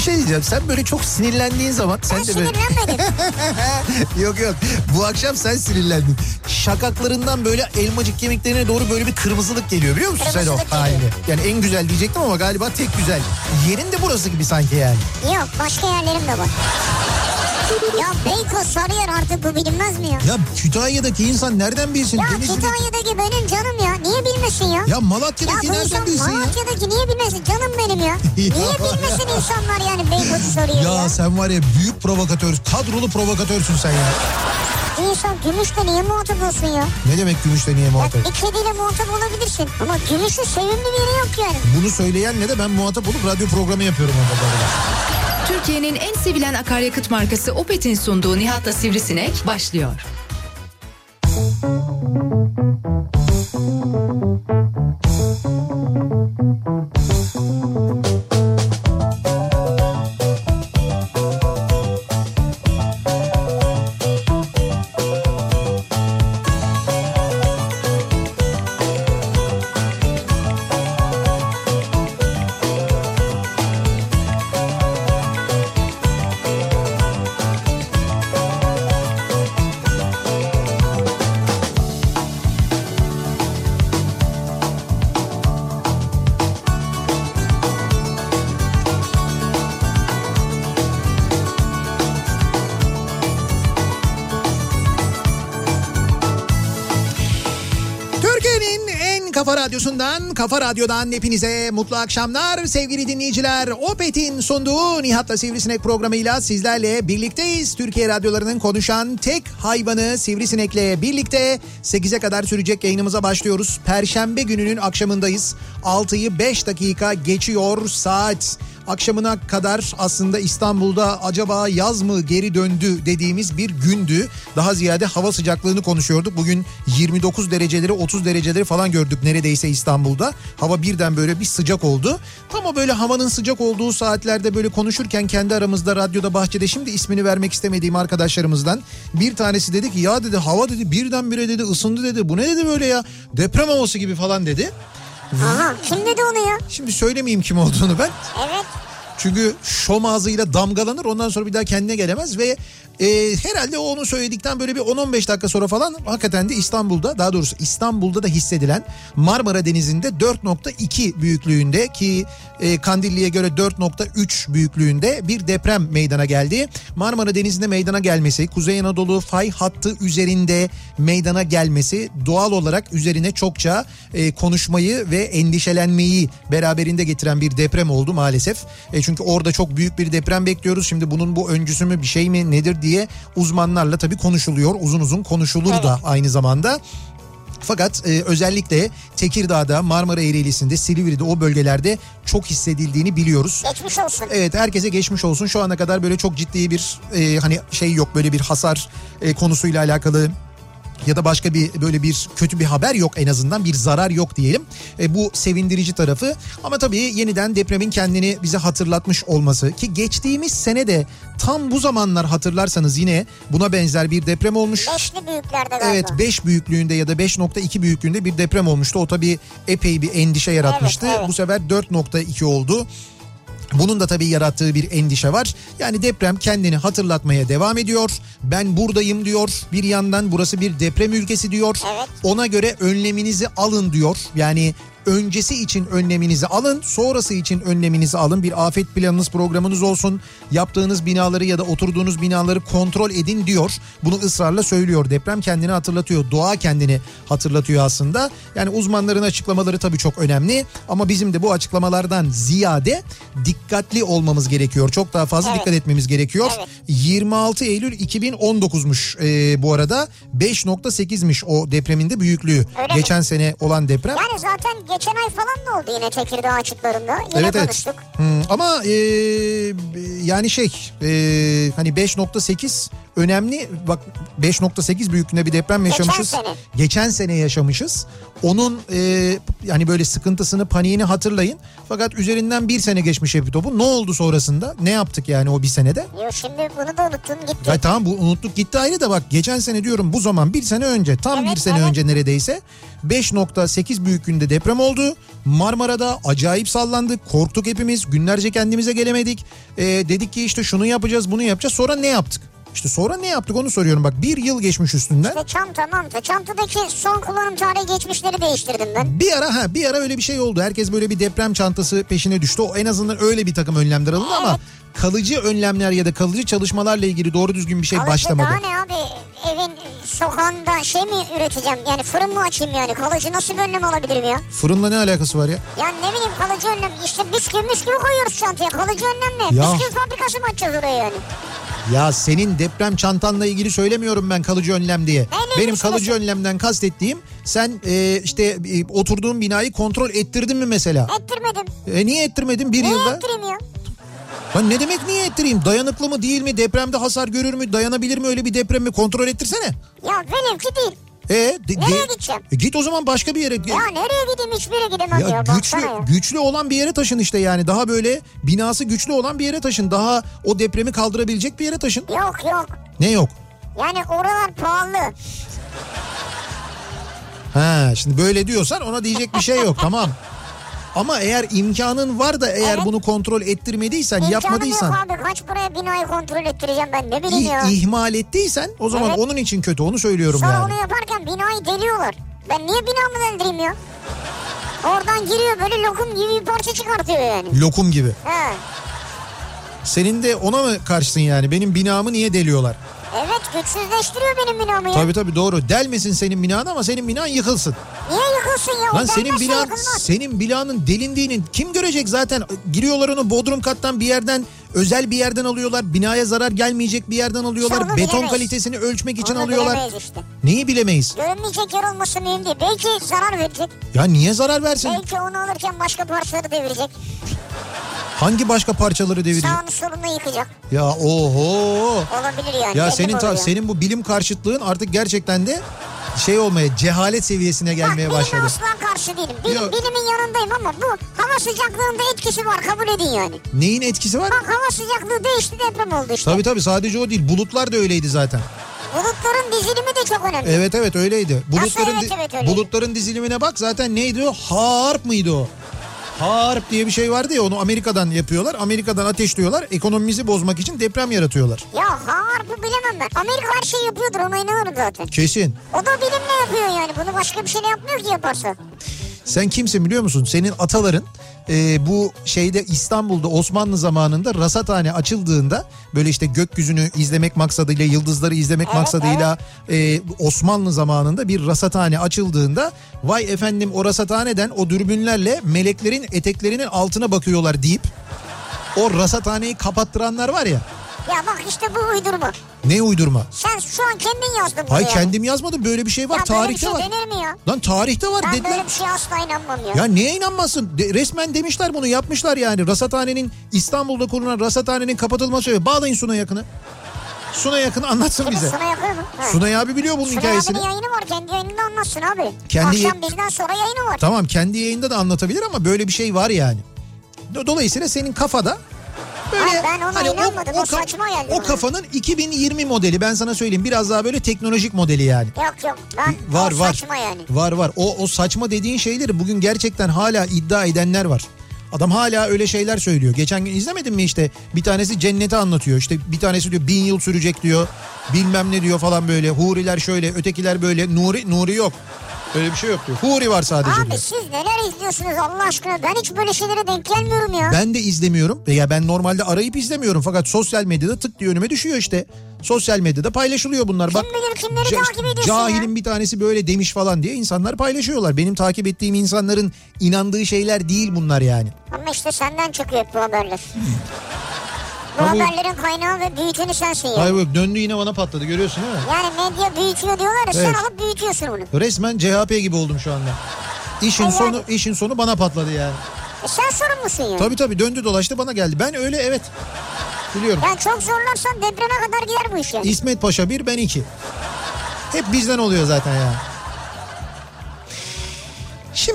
şey diyeceğim. Sen böyle çok sinirlendiğin zaman... Ben sen de böyle... sinirlenmedim. Yok. Bu akşam sen sinirlendin. Şakaklarından böyle elmacık kemiklerine doğru böyle bir kırmızılık geliyor biliyor musun sen o halini? Yani en güzel diyecektim ama galiba tek güzel. Yerin de burası gibi sanki yani. Yok, başka yerlerim de var. Ya Beykoz, Sarıyer, artık bu bilinmez mi ya? Ya Kütahya'daki insan nereden bilsin? Ya Kütahya'daki benim canım ya. Niye bilmesin ya? Ya Malatya'daki ya nereden bilsin ya? Malatya'daki niye bilmesin? Canım benim ya. Niye bilmesin insanlar yani Beykoz'u soruyor ya? Ya sen var ya büyük provokatör, kadrolu provokatörsün sen ya. İnsan gümüşle niye muhatap olsun ya? Ne demek gümüşle niye muhatap? Ya bir kediyle muhatap olabilirsin. Ama gümüşün sevimli bir yeri yok yani. Bunu söyleyen ne de ben muhatap olup radyo programı yapıyorum orada. Türkiye'nin en sevilen akaryakıt markası Opet'in sunduğu Nihat'la Sivrisinek başlıyor. Kafa Radyo'dan hepinize mutlu akşamlar sevgili dinleyiciler. Opet'in sunduğu Nihat'la Sivrisinek programıyla sizlerle birlikteyiz. Türkiye radyolarının konuşan tek hayvanı Sivrisinek'le birlikte 8'e kadar sürecek yayınımıza başlıyoruz. Perşembe gününün akşamındayız. 6'yı 5 dakika geçiyor saat. Akşamına kadar aslında İstanbul'da acaba yaz mı geri döndü dediğimiz bir gündü. Daha ziyade hava sıcaklığını konuşuyorduk. Bugün 29 dereceleri 30 dereceleri falan gördük neredeyse İstanbul'da. Hava birden böyle bir sıcak oldu. Tam o böyle havanın sıcak olduğu saatlerde böyle konuşurken kendi aramızda radyoda bahçede, şimdi ismini vermek istemediğim arkadaşlarımızdan bir tanesi dedi ki ya dedi hava dedi birdenbire dedi ısındı dedi. Bu ne dedi böyle ya, deprem havası gibi falan dedi. Aha, kim dedi onu ya? Şimdi söylemeyeyim kim olduğunu ben. Evet. Çünkü şom ağzıyla damgalanır, ondan sonra bir daha kendine gelemez ve herhalde o onu söyledikten böyle bir 10-15 dakika sonra falan hakikaten de İstanbul'da, daha doğrusu İstanbul'da da hissedilen Marmara Denizi'nde 4.2 büyüklüğünde ki Kandilli'ye göre 4.3 büyüklüğünde bir deprem meydana geldi. Marmara Denizi'nde meydana gelmesi, Kuzey Anadolu fay hattı üzerinde meydana gelmesi doğal olarak üzerine çokça konuşmayı ve endişelenmeyi beraberinde getiren bir deprem oldu maalesef. Çünkü orada çok büyük bir deprem bekliyoruz. Şimdi bunun bu öncüsü mü bir şey mi nedir diye uzmanlarla tabii konuşuluyor. Uzun uzun konuşulur da aynı zamanda. Fakat özellikle Tekirdağ'da, Marmara Ereğlisi'nde, Silivri'de, o bölgelerde çok hissedildiğini biliyoruz. Geçmiş olsun. Evet, herkese geçmiş olsun. Şu ana kadar böyle çok ciddi bir hani şey yok, böyle bir hasar konusuyla alakalı ya da başka bir böyle bir kötü bir haber yok, en azından bir zarar yok diyelim. Bu sevindirici tarafı. Ama tabii yeniden depremin kendini bize hatırlatmış olması, ki geçtiğimiz sene de tam bu zamanlar hatırlarsanız yine buna benzer bir deprem olmuş. 5'li büyüklerde galiba. Evet, 5 büyüklüğünde ya da 5.2 büyüklüğünde bir deprem olmuştu. O tabii epey bir endişe yaratmıştı. Evet. Bu sefer 4.2 oldu. Bunun da tabii yarattığı bir endişe var. Yani deprem kendini hatırlatmaya devam ediyor. Ben buradayım diyor. Bir yandan burası bir deprem ülkesi diyor. Evet. Ona göre önleminizi alın diyor. Yani öncesi için önleminizi alın, sonrası için önleminizi alın. Bir afet planınız, programınız olsun. Yaptığınız binaları ya da oturduğunuz binaları kontrol edin diyor. Bunu ısrarla söylüyor. Deprem kendini hatırlatıyor. Doğa kendini hatırlatıyor aslında. Yani uzmanların açıklamaları tabii çok önemli. Ama bizim de bu açıklamalardan ziyade dikkatli olmamız gerekiyor. Çok daha fazla dikkat etmemiz gerekiyor. Evet. 26 Eylül 2019'muş bu arada. 5.8'miş o depreminde büyüklüğü. Öyle geçen sene olan deprem. Yani zaten geçen ay falan da oldu yine Tekirdağ açıklarında. Yine konuştuk. Evet. Ama yani hani 5.8 önemli. Bak, 5.8 büyüklüğünde bir deprem yaşamışız. Geçen sene yaşamışız. Onun yani böyle sıkıntısını, paniğini hatırlayın. Fakat üzerinden bir sene geçmiş Hepi Top'un. Ne oldu sonrasında? Ne yaptık yani o bir senede? Yok, şimdi bunu da unuttun gitti. Ya tamam, bu unuttuk gitti ayrı da bak, geçen sene diyorum, bu zaman bir sene önce, tam bir sene önce neredeyse 5.8 büyüklüğünde deprem oldu. oldu. Marmara'da acayip sallandık. Korktuk hepimiz. Günlerce kendimize gelemedik. Dedik ki işte şunu yapacağız, bunu yapacağız. Sonra ne yaptık? İşte sonra ne yaptık onu soruyorum. Bak bir yıl geçmiş üstünden. İşte çanta. Çantadaki son kullanım tarihi geçmişleri değiştirdim ben. Bir ara öyle bir şey oldu. Herkes böyle bir deprem çantası peşine düştü. O en azından öyle bir takım önlemler alındı ama kalıcı önlemler ya da kalıcı çalışmalarla ilgili doğru düzgün bir şey başlamadı. Daha ne abi? Evin sokağında şey mi üreteceğim? Yani fırın mı açayım yani? Kalıcı nasıl bir önlem alabilirim ya? Fırınla ne alakası var ya? Ya ne bileyim kalıcı önlem. İşte bisküvi koyuyoruz çantaya. Kalıcı önlem ne? Ya. Bisküvi fabrikası mı açacağız oraya yani? Ya senin deprem çantanla ilgili söylemiyorum ben kalıcı önlem diye. Benim kalıcı önlemden kastettiğim sen işte oturduğun binayı kontrol ettirdin mi mesela? Ettirmedim. Niye ettirmedin bir yılda? Niye ettireyim ya? Lan ne demek niye ettireyim? Dayanıklı mı değil mi? Depremde hasar görür mü? Dayanabilir mi öyle bir depremi? Kontrol ettirsene. Ya velev ki değil. Nereye gideceğim? Git o zaman başka bir yere. Ya nereye gideyim, hiçbir yere gidemem ya. Güçlü olan bir yere taşın işte yani. Daha böyle binası güçlü olan bir yere taşın. Daha o depremi kaldırabilecek bir yere taşın. Yok. Ne yok? Yani oralar pahalı. Ha, şimdi böyle diyorsan ona diyecek bir şey yok tamam. Ama eğer imkanın var da eğer bunu kontrol ettirmediysen, yapmadıysan. İmkanım yok abi, kaç paraya binayı kontrol ettireceğim ben, ne bileyim ya. İhmal ettiysen o zaman onun için kötü, onu söylüyorum sonra yani. onu yaparken binayı deliyorlar. Ben niye binamı deldireyim ya? Oradan giriyor böyle lokum gibi bir parça çıkartıyor yani. Lokum gibi. He. Senin de ona mı karşısın yani? Benim binamı niye deliyorlar? Evet, güçsüzleştiriyor benim binamı ya. Tabii doğru. Delmesin senin binanı ama senin binan yıkılsın. Niye yıkılsın ya? Lan senin binanın delindiğini kim görecek zaten? Giriyorlar onu bodrum kattan bir yerden, özel bir yerden alıyorlar. Binaya zarar gelmeyecek bir yerden alıyorlar. Onu beton bilemeyiz. kalitesini ölçmek için Onu alıyorlar. bilemeyiz işte. Neyi bilemeyiz? Görünmeyecek yer olması mühim değil. Belki zarar verecek. Ya niye zarar versin? Belki onu alırken başka parçaları devirecek. Hangi başka parçaları devirecek? Sağını solunu yıkacak. Ya oho. Olabilir yani. Ya senin bu bilim karşıtlığın artık gerçekten de şey olmaya, cehalet seviyesine gelmeye başladı. Bilime asla karşı değilim. Bilimin yanındayım ama bu hava sıcaklığında etkisi var, kabul edin yani. Neyin etkisi var? Bak hava sıcaklığı değişti, deprem oldu işte. Tabii sadece o değil, bulutlar da öyleydi zaten. Bulutların dizilimi de çok önemli. Evet öyleydi. Öyleydi? Bulutların dizilimine bak, zaten neydi o? Harp mıydı o? Harp diye bir şey vardı ya, onu Amerika'dan yapıyorlar. Amerika'dan ateşliyorlar. Ekonomimizi bozmak için deprem yaratıyorlar. Ya harpı bilemem ben. Amerika her şeyi yapıyordur, ona inanırım zaten. Kesin. O da bilimle yapıyor yani. Bunu başka bir şeyle yapmıyor ki yaparsa. Sen kimsin biliyor musun? Senin ataların bu şeyde İstanbul'da Osmanlı zamanında rasathane açıldığında, böyle işte gökyüzünü izlemek maksadıyla, yıldızları izlemek maksadıyla Osmanlı zamanında bir rasathane açıldığında, vay efendim o rasathaneden o dürbünlerle meleklerin eteklerinin altına bakıyorlar deyip o rasathaneyi kapattıranlar var ya. Ya bak işte bu uydurma. Ne uydurma? Sen şu an kendin yazdın bunu. Hayır, kendim yazmadım, böyle bir şey var, ya tarihte var. var. Böyle bir şey denir mi ya? Lan tarihte var ben dediler. Ben böyle bir şeye asla inanmam ya. Ya niye inanmazsın? Resmen demişler, bunu yapmışlar yani. Rasathanenin, İstanbul'da kurulan rasathanenin kapatılması. Bağlayın Suna Yakın'ı. Suna Yakın anlatsın bize. Suna Yakın mı? Sunay abi biliyor bunun hikayesini. Suna abinin yayını var, kendi yayınında anlatsın abi. Kendi Akşam bizden sonra yayını var. Tamam, kendi yayında da anlatabilir ama böyle bir şey var yani. Dolayısıyla senin kafada böyle, ben ona inanmadım, o saçma geldi. O kafanın 2020 modeli, ben sana söyleyeyim, biraz daha böyle teknolojik modeli yani. Yok ben var, saçma yani. Var. O saçma dediğin şeyleri bugün gerçekten hala iddia edenler var. Adam hala öyle şeyler söylüyor. Geçen gün izlemedin mi işte, bir tanesi cenneti anlatıyor. İşte bir tanesi diyor 1000 yıl sürecek diyor. Bilmem ne diyor falan böyle. Huriler şöyle, ötekiler böyle. Nuri yok. Öyle bir şey yok diyor. Huri var sadece abi diyor. Siz neler izliyorsunuz Allah aşkına? Ben hiç böyle şeylere denk gelmiyorum ya. Ben de izlemiyorum. Ya ben normalde arayıp izlemiyorum. Fakat sosyal medyada tık diye önüme düşüyor işte. Sosyal medyada paylaşılıyor bunlar. Kim bilir kimleri takip ediyorsun cahilin ya. bir tanesi böyle demiş falan diye insanlar paylaşıyorlar. Benim takip ettiğim insanların inandığı şeyler değil bunlar yani. Ama işte senden çıkıyor hep bu haberler. Bu haberlerin kaynağı ve büyüteni sensin yani. Hayır bak, döndü yine bana patladı, görüyorsun değil mi? Yani medya büyütüyor diyorlar ya, Evet. sen alıp büyütüyorsun bunu. Resmen CHP gibi oldum şu anda. İşin sonu bana patladı yani. Sen sorumlusun yani. Tabii döndü dolaştı bana geldi. Ben öyle, evet. Biliyorum. Yani çok zorlarsan depreme kadar gider bu iş yani. İsmet Paşa 1, ben 2. Hep bizden oluyor zaten ya. Şimdi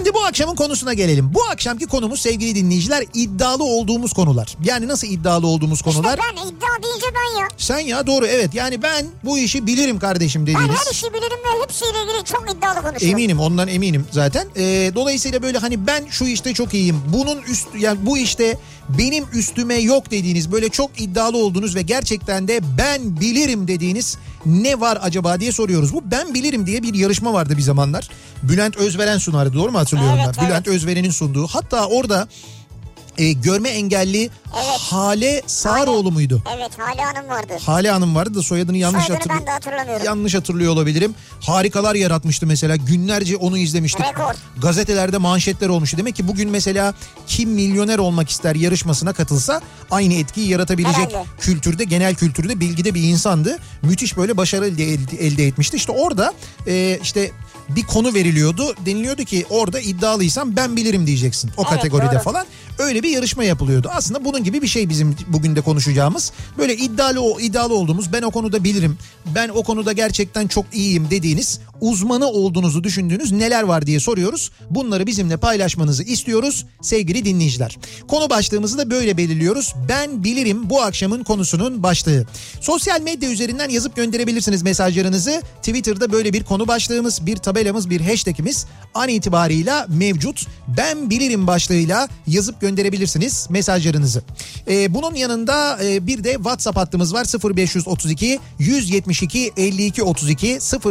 Şimdi bu akşamın konusuna gelelim. Bu akşamki konumuz sevgili dinleyiciler iddialı olduğumuz konular. Yani nasıl iddialı olduğumuz konular? İşte ben iddia deyince ben ya. Sen ya doğru evet yani ben bu işi bilirim kardeşim dediğiniz. Ben her işi bilirim ve hepsiyle ilgili çok iddialı konuşuyorum. Eminim ondan eminim zaten. Dolayısıyla böyle hani ben şu işte çok iyiyim. Bunun yani bu işte benim üstüme yok dediğiniz böyle çok iddialı olduğunuz ve gerçekten de ben bilirim dediğiniz ne var acaba diye soruyoruz. Bu ben bilirim diye bir yarışma vardı bir zamanlar. Bülent Özveren sunardı, doğru mu hatırlıyorum evet, ben? Evet. Bülent Özveren'in sunduğu. Hatta orada görme engelli Evet. Hale Sağaroğlu muydu? Evet, Hale Hanım vardı. Hale Hanım vardı da soyadını yanlış ben de hatırlamıyorum. Yanlış hatırlıyor olabilirim. Harikalar yaratmıştı mesela. Günlerce onu izlemiştik. Rekor. Gazetelerde manşetler olmuştu. Demek ki bugün mesela kim milyoner olmak ister yarışmasına katılsa aynı etkiyi yaratabilecek Herhalde. kültürde, genel kültürde, bilgide bir insandı. Müthiş böyle başarı elde etmişti. İşte orada işte bir konu veriliyordu. Deniliyordu ki orada iddialıysan ben bilirim diyeceksin. O kategoride doğru. falan. Öyle bir yarışma yapılıyordu. Aslında bunun gibi bir şey bizim bugün de konuşacağımız. Böyle iddialı olduğumuz, ben o konuda bilirim, ben o konuda gerçekten çok iyiyim dediğiniz, uzmanı olduğunuzu düşündüğünüz neler var diye soruyoruz. Bunları bizimle paylaşmanızı istiyoruz sevgili dinleyiciler. Konu başlığımızı da böyle belirliyoruz. Ben bilirim bu akşamın konusunun başlığı. Sosyal medya üzerinden yazıp gönderebilirsiniz mesajlarınızı. Twitter'da böyle bir konu başlığımız, bir tabelamız, bir hashtagimiz an itibarıyla mevcut. Ben bilirim başlığıyla yazıp gönderebilirsiniz mesajlarınızı. Bunun yanında bir de WhatsApp hattımız var. 0532 172 52 32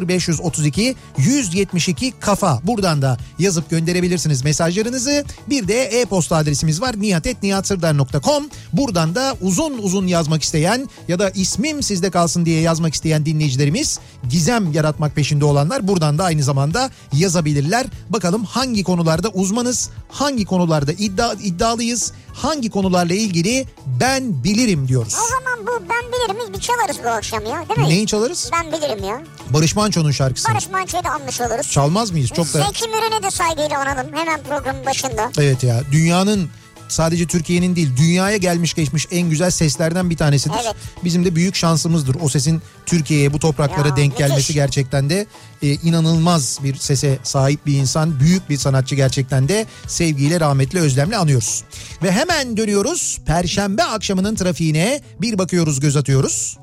0532 172 kafa. Buradan da yazıp gönderebilirsiniz mesajlarınızı. Bir de e-posta adresimiz var. nihatetnihatsırdar.com. Buradan da uzun uzun yazmak isteyen ya da ismim sizde kalsın diye yazmak isteyen dinleyicilerimiz, gizem yaratmak peşinde olanlar buradan da aynı zamanda yazabilirler. Bakalım hangi konularda uzmanız, hangi konularda iddialıyız, hangi konularla ilgili ben bilirim diyoruz. O zaman bu ben bilirim bir çalarız bu akşam ya, değil mi? Neyi çalarız? Ben bilirim ya. Barış Manço'nun şarkısı. Barış Manço'yu da anmış oluruz. Çalmaz mıyız? Çok da. Zeki Müren'e de saygıyla analım hemen programın başında. Evet ya, dünyanın, sadece Türkiye'nin değil dünyaya gelmiş geçmiş en güzel seslerden bir tanesidir. Evet. Bizim de büyük şansımızdır o sesin Türkiye'ye, bu topraklara Ya, denk gelmesi. müthiş. Gerçekten de inanılmaz bir sese sahip bir insan, büyük bir sanatçı, gerçekten de sevgiyle, rahmetle, özlemle anıyoruz. Ve hemen dönüyoruz Perşembe akşamının trafiğine, bir bakıyoruz, göz atıyoruz.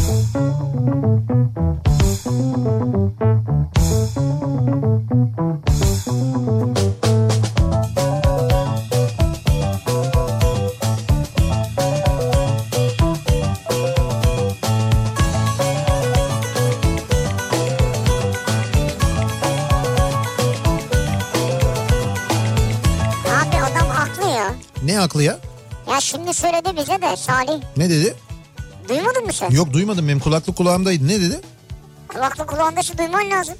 Ne haklı ya? Ya şimdi söyledi bize de Salih. Ne dedi? Duymadın mı sen? Yok, duymadım, benim kulaklık kulağımdaydı. Ne dedi? Kulaklık kulağındaysa duyman lazım.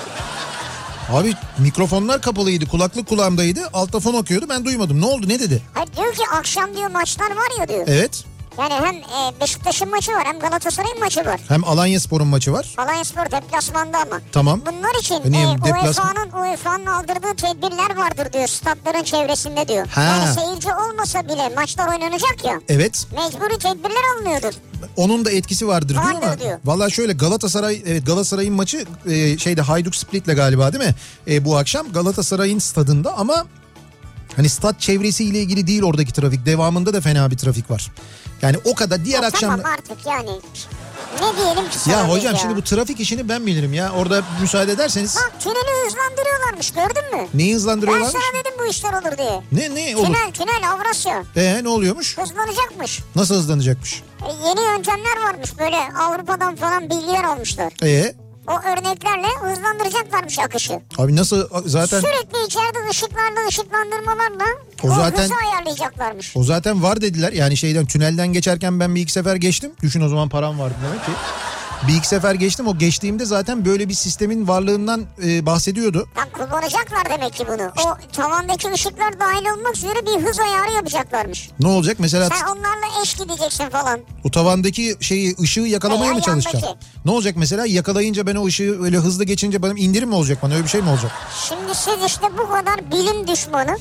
Abi mikrofonlar kapalıydı, kulaklık kulağımdaydı, altta fon okuyordu, ben duymadım. Ne oldu, ne dedi? Hayır, diyor ki akşam diyor maçlar var ya diyor. Evet. Yani hem Beşiktaş'ın maçı var hem Galatasaray'ın maçı var. Hem Alanyaspor'un maçı var. Alanyaspor deplasmanda ama. Tamam. Bunlar için UEFA'nın aldırdığı tedbirler vardır diyor statların çevresinde diyor. Ha. Yani seyirci olmasa bile maçlar oynanacak ya. Evet. Mecburi tedbirler alınıyordur. Onun da etkisi vardır diyor Vardır ama diyor. vallahi şöyle, Galatasaray'ın maçı Hajduk Split'le galiba, değil mi? Bu akşam Galatasaray'ın stadında ama hani stat çevresiyle ilgili değil oradaki trafik. Devamında da fena bir trafik var. Yani o kadar diğer akşam. Tamam artık yani. Ne diyelim ki sana Ya hocam ya. şimdi bu trafik işini ben bilirim ya. Orada müsaade ederseniz. Bak tüneli hızlandırıyorlarmış, gördün mü? Neyi Ben hızlandırıyorlarmış? sana dedim bu işler olur diye. Ne olur? Tünel Avrasya. Ne oluyormuş? Hızlanacakmış. Nasıl hızlanacakmış? Yeni yöntemler varmış, böyle Avrupa'dan falan bilgiler almışlar. O örneklerle hızlandıracaklarmış akışı. Abi nasıl zaten... Sürekli içeride ışıklandırmalarla o hızı ayarlayacaklarmış. O zaten var dediler. Yani tünelden geçerken ben bir iki sefer geçtim. Düşün, o zaman param vardı demek ki. Bir iki sefer geçtim. O geçtiğimde zaten böyle bir sistemin varlığından bahsediyordu. Tam kullanacaklar demek ki bunu. O tavandaki ışıklar dahil olmak üzere bir hız ayarı yapacaklarmış. Ne olacak mesela? Sen onlarla eş gideceksin falan. O tavandaki ışığı yakalamaya mı çalışacağım? Ne olacak mesela? Yakalayınca ben o ışığı öyle hızlı geçince benim indirim mi olacak bana? Öyle bir şey mi olacak? Şimdi siz işte bu kadar bilim düşmanı,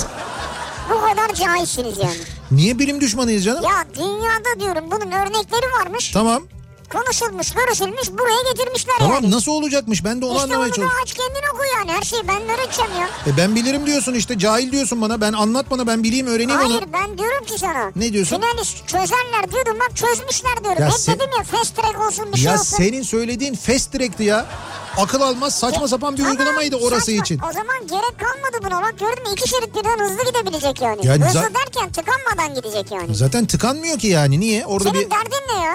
bu kadar cahilsiniz yani. Niye bilim düşmanıyız canım? Ya dünyada diyorum bunun örnekleri varmış. Tamam. konuşulmuş, görüşülmüş, buraya getirmişler Tamam yani. nasıl olacakmış, ben de onu anlamaya İşte onu çalışıyorum. da aç kendin oku yani, her şeyi ben öğreteceğim ya. Ben bilirim diyorsun işte, cahil diyorsun bana, ben anlat bana, ben bileyim öğreneyim onu. Hayır, ben diyorum ki sana. Ne diyorsun? Finalist çözerler diyordum, bak çözmüşler diyorum. Ya Hep sen- dedim ya, fast track olsun, bir şey Ya olsun. senin söylediğin fast track'ti ya. Akıl almaz saçma sapan bir uygulamaydı orası saçma. için. O zaman gerek kalmadı buna, bak gördün mü, 2 şerit birden hızlı gidebilecek yani. Yani hızlı derken tıkanmadan gidecek yani. Zaten tıkanmıyor ki yani, niye? Orada Senin bir derdin ne ya?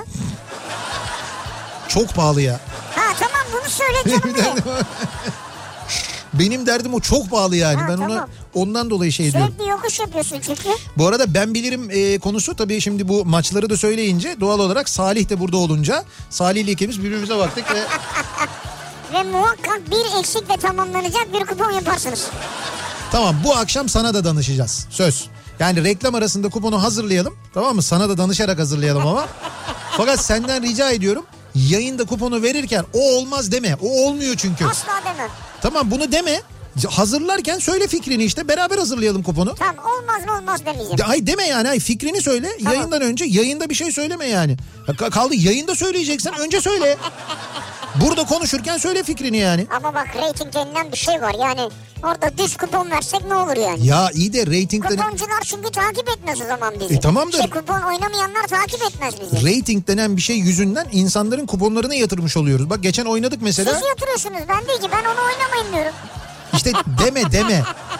çok pahalı ya. Ha tamam, bunu söyle canım diye. Benim derdim o, çok pahalı yani. Ha, Ben tamam. ondan dolayı şey diyorum. Sürekli yokuş yapıyorsun çünkü. Bu arada ben bilirim konusu tabii, şimdi bu maçları da söyleyince doğal olarak Salih de burada olunca Salih ile ikimiz birbirimize baktık ve Ve muhakkak bir eksikle tamamlanacak bir kupon yaparsınız. tamam, bu akşam sana da danışacağız. Söz. Yani reklam arasında kuponu hazırlayalım, tamam mı? Sana da danışarak hazırlayalım ama. Fakat senden rica ediyorum, yayında kuponu verirken o olmaz deme. O olmuyor çünkü. Asla demem. Tamam, bunu deme. Hazırlarken söyle fikrini, işte beraber hazırlayalım kuponu. Tamam, olmaz mı olmaz demeyeceğim. Ay deme yani, ay fikrini söyle. Tamam. Yayından önce, yayında bir şey söyleme yani. Kaldı yayında söyleyeceksen önce söyle. Burada konuşurken söyle fikrini yani. Ama bak, reyting denilen bir şey var yani. Orada düz kupon versek ne olur yani? Ya iyi de reytingden... Kuponcular çünkü takip etmez o zaman bizi. Tamamdır. İşte kupon oynamayanlar takip etmez bizi. Reyting denen bir şey yüzünden insanların kuponlarını yatırmış oluyoruz. Bak geçen oynadık mesela. Siz yatırıyorsunuz, ben değil ki, ben onu oynamayın diyorum. İşte deme.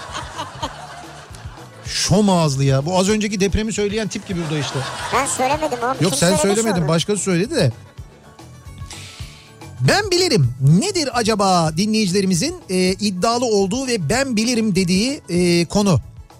Şom ağızlı ya. Bu az önceki depremi söyleyen tip gibi burada işte. Ben söylemedim oğlum. Yok Kim sen söyledi söylemedin, sonra? başkası söyledi de. Ben bilirim nedir acaba dinleyicilerimizin iddialı olduğu ve ben bilirim dediği konu.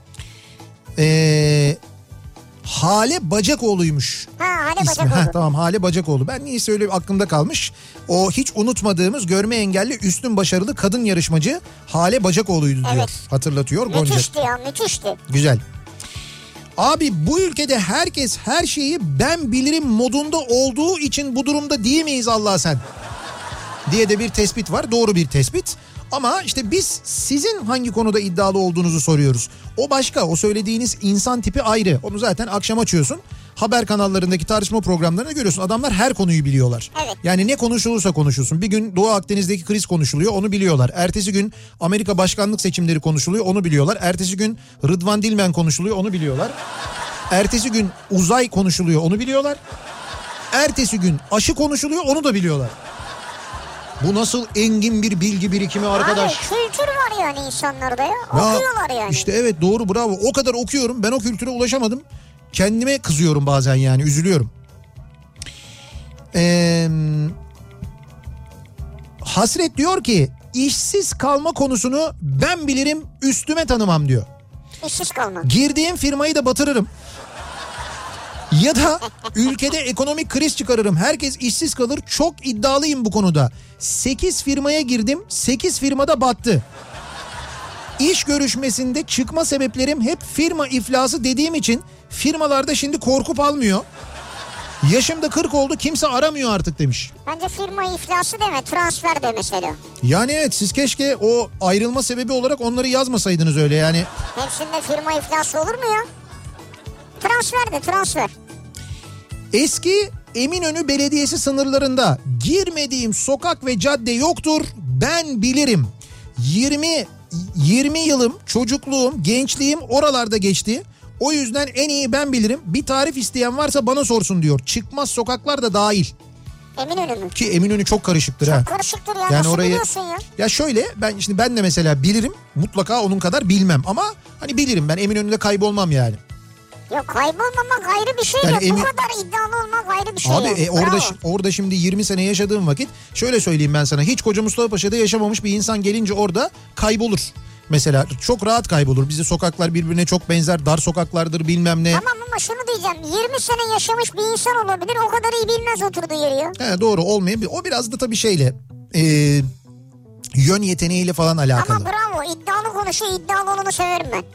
Hale Bacakoğlu'ymuş. Hale İsmi. Bacakoğlu. Tamam, Hale Bacakoğlu. Ben niyeyse öyle aklımda kalmış. O hiç unutmadığımız görme engelli üstün başarılı kadın yarışmacı Hale Bacakoğlu'ydu diyor. Evet. Hatırlatıyor Gonca. Müthişti ya, müthişti. Güzel. Abi bu ülkede herkes her şeyi ben bilirim modunda olduğu için bu durumda değil miyiz Allah sen? Diye de bir tespit var. Doğru bir tespit. Ama işte biz sizin hangi konuda iddialı olduğunuzu soruyoruz. O başka, o söylediğiniz insan tipi ayrı. Onu zaten akşam açıyorsun. Haber kanallarındaki tartışma programlarını görüyorsun. Adamlar her konuyu biliyorlar. Evet. Yani ne konuşulursa konuşulsun. Bir gün Doğu Akdeniz'deki kriz konuşuluyor, onu biliyorlar. Ertesi gün Amerika başkanlık seçimleri konuşuluyor, onu biliyorlar. Ertesi gün Rıdvan Dilmen konuşuluyor, onu biliyorlar. Ertesi gün uzay konuşuluyor, onu biliyorlar. Ertesi gün aşı konuşuluyor, onu da biliyorlar. Bu nasıl engin bir bilgi birikimi arkadaş. Abi kültür var yani insanlarda ya. Okuyorlar yani. İşte evet, doğru, bravo. O kadar okuyorum, ben o kültüre ulaşamadım. Kendime kızıyorum bazen yani, üzülüyorum. Hasret diyor ki işsiz kalma konusunu ben bilirim, üstüme tanımam diyor. İşsiz kalma. Girdiğim firmayı da batırırım. Ya da ülkede ekonomik kriz çıkarırım. Herkes işsiz kalır. Çok iddialıyım bu konuda. 8 firmaya girdim. 8 firmada battı. İş görüşmesinde çıkma sebeplerim hep firma iflası dediğim için firmalarda şimdi korkup almıyor. Yaşım da 40 oldu, kimse aramıyor artık demiş. Bence firma iflası deme, transfer de mesela. Yani evet, siz keşke o ayrılma sebebi olarak onları yazmasaydınız öyle yani. Hepsinde firma iflası olur mu ya? Transfer de transfer. Eski Eminönü Belediyesi sınırlarında girmediğim sokak ve cadde yoktur, ben bilirim. 20 yılım, çocukluğum, gençliğim oralarda geçti. O yüzden en iyi ben bilirim. Bir tarif isteyen varsa bana sorsun diyor. Çıkmaz sokaklar da dahil. Eminönü mü? Ki Eminönü çok karışıktır ha. Çok karışıktır ya. Nasıl biliyorsun ya? Ya şöyle, ben de mesela bilirim. Mutlaka onun kadar bilmem ama hani bilirim, ben Eminönü'nde kaybolmam yani. Yok, kaybolmamak ayrı bir şey Yani de bu kadar iddialı olmak ayrı bir şey. Abi yani. orada şimdi 20 sene yaşadığım vakit şöyle söyleyeyim ben sana, hiç Koca Mustafa Paşa'da yaşamamış bir insan gelince orada kaybolur. Mesela çok rahat kaybolur. Bizi sokaklar birbirine çok benzer, dar sokaklardır bilmem ne. Tamam ama şunu diyeceğim, 20 sene yaşamış bir insan olabilir, o kadar iyi bilmez oturduğu yeri ya. He, doğru, olmayabilir. O biraz da tabii şeyle yön yeteneğiyle falan alakalı. Ama bravo, iddialı konuşuyor, iddialı olanı severim ben.